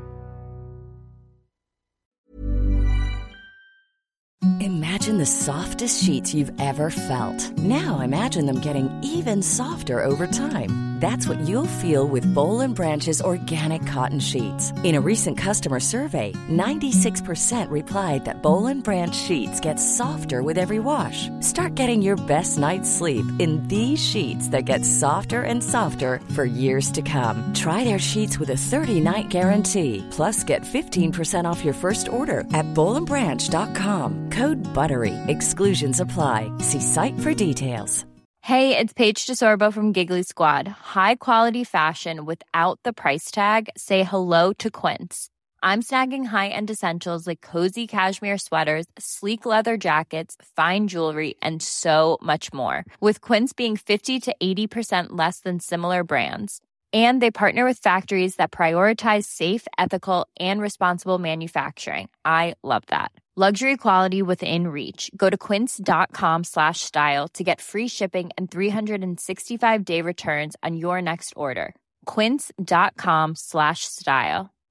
Imagine the softest sheets you've ever felt. Now imagine them getting even softer over time. That's what you'll feel with Boll and Branch's organic cotton sheets. In a recent customer survey, ninety-six percent replied that Boll and Branch sheets get softer with every wash. Start getting your best night's sleep in these sheets that get softer and softer for years to come. Try their sheets with a thirty-night guarantee. Plus, get fifteen percent off your first order at boll and branch dot com. Code BUTTERY. Exclusions apply. See site for details.
Hey, it's Paige DeSorbo from Giggly Squad. High quality fashion without the price tag. Say hello to Quince. I'm snagging high-end essentials like cozy cashmere sweaters, sleek leather jackets, fine jewelry, and so much more. With Quince being fifty to eighty percent less than similar brands. And they partner with factories that prioritize safe, ethical, and responsible manufacturing. I love that. Luxury quality within reach. Go to quince.com slash style to get free shipping and three sixty-five day returns on your next order. Quince.com slash style.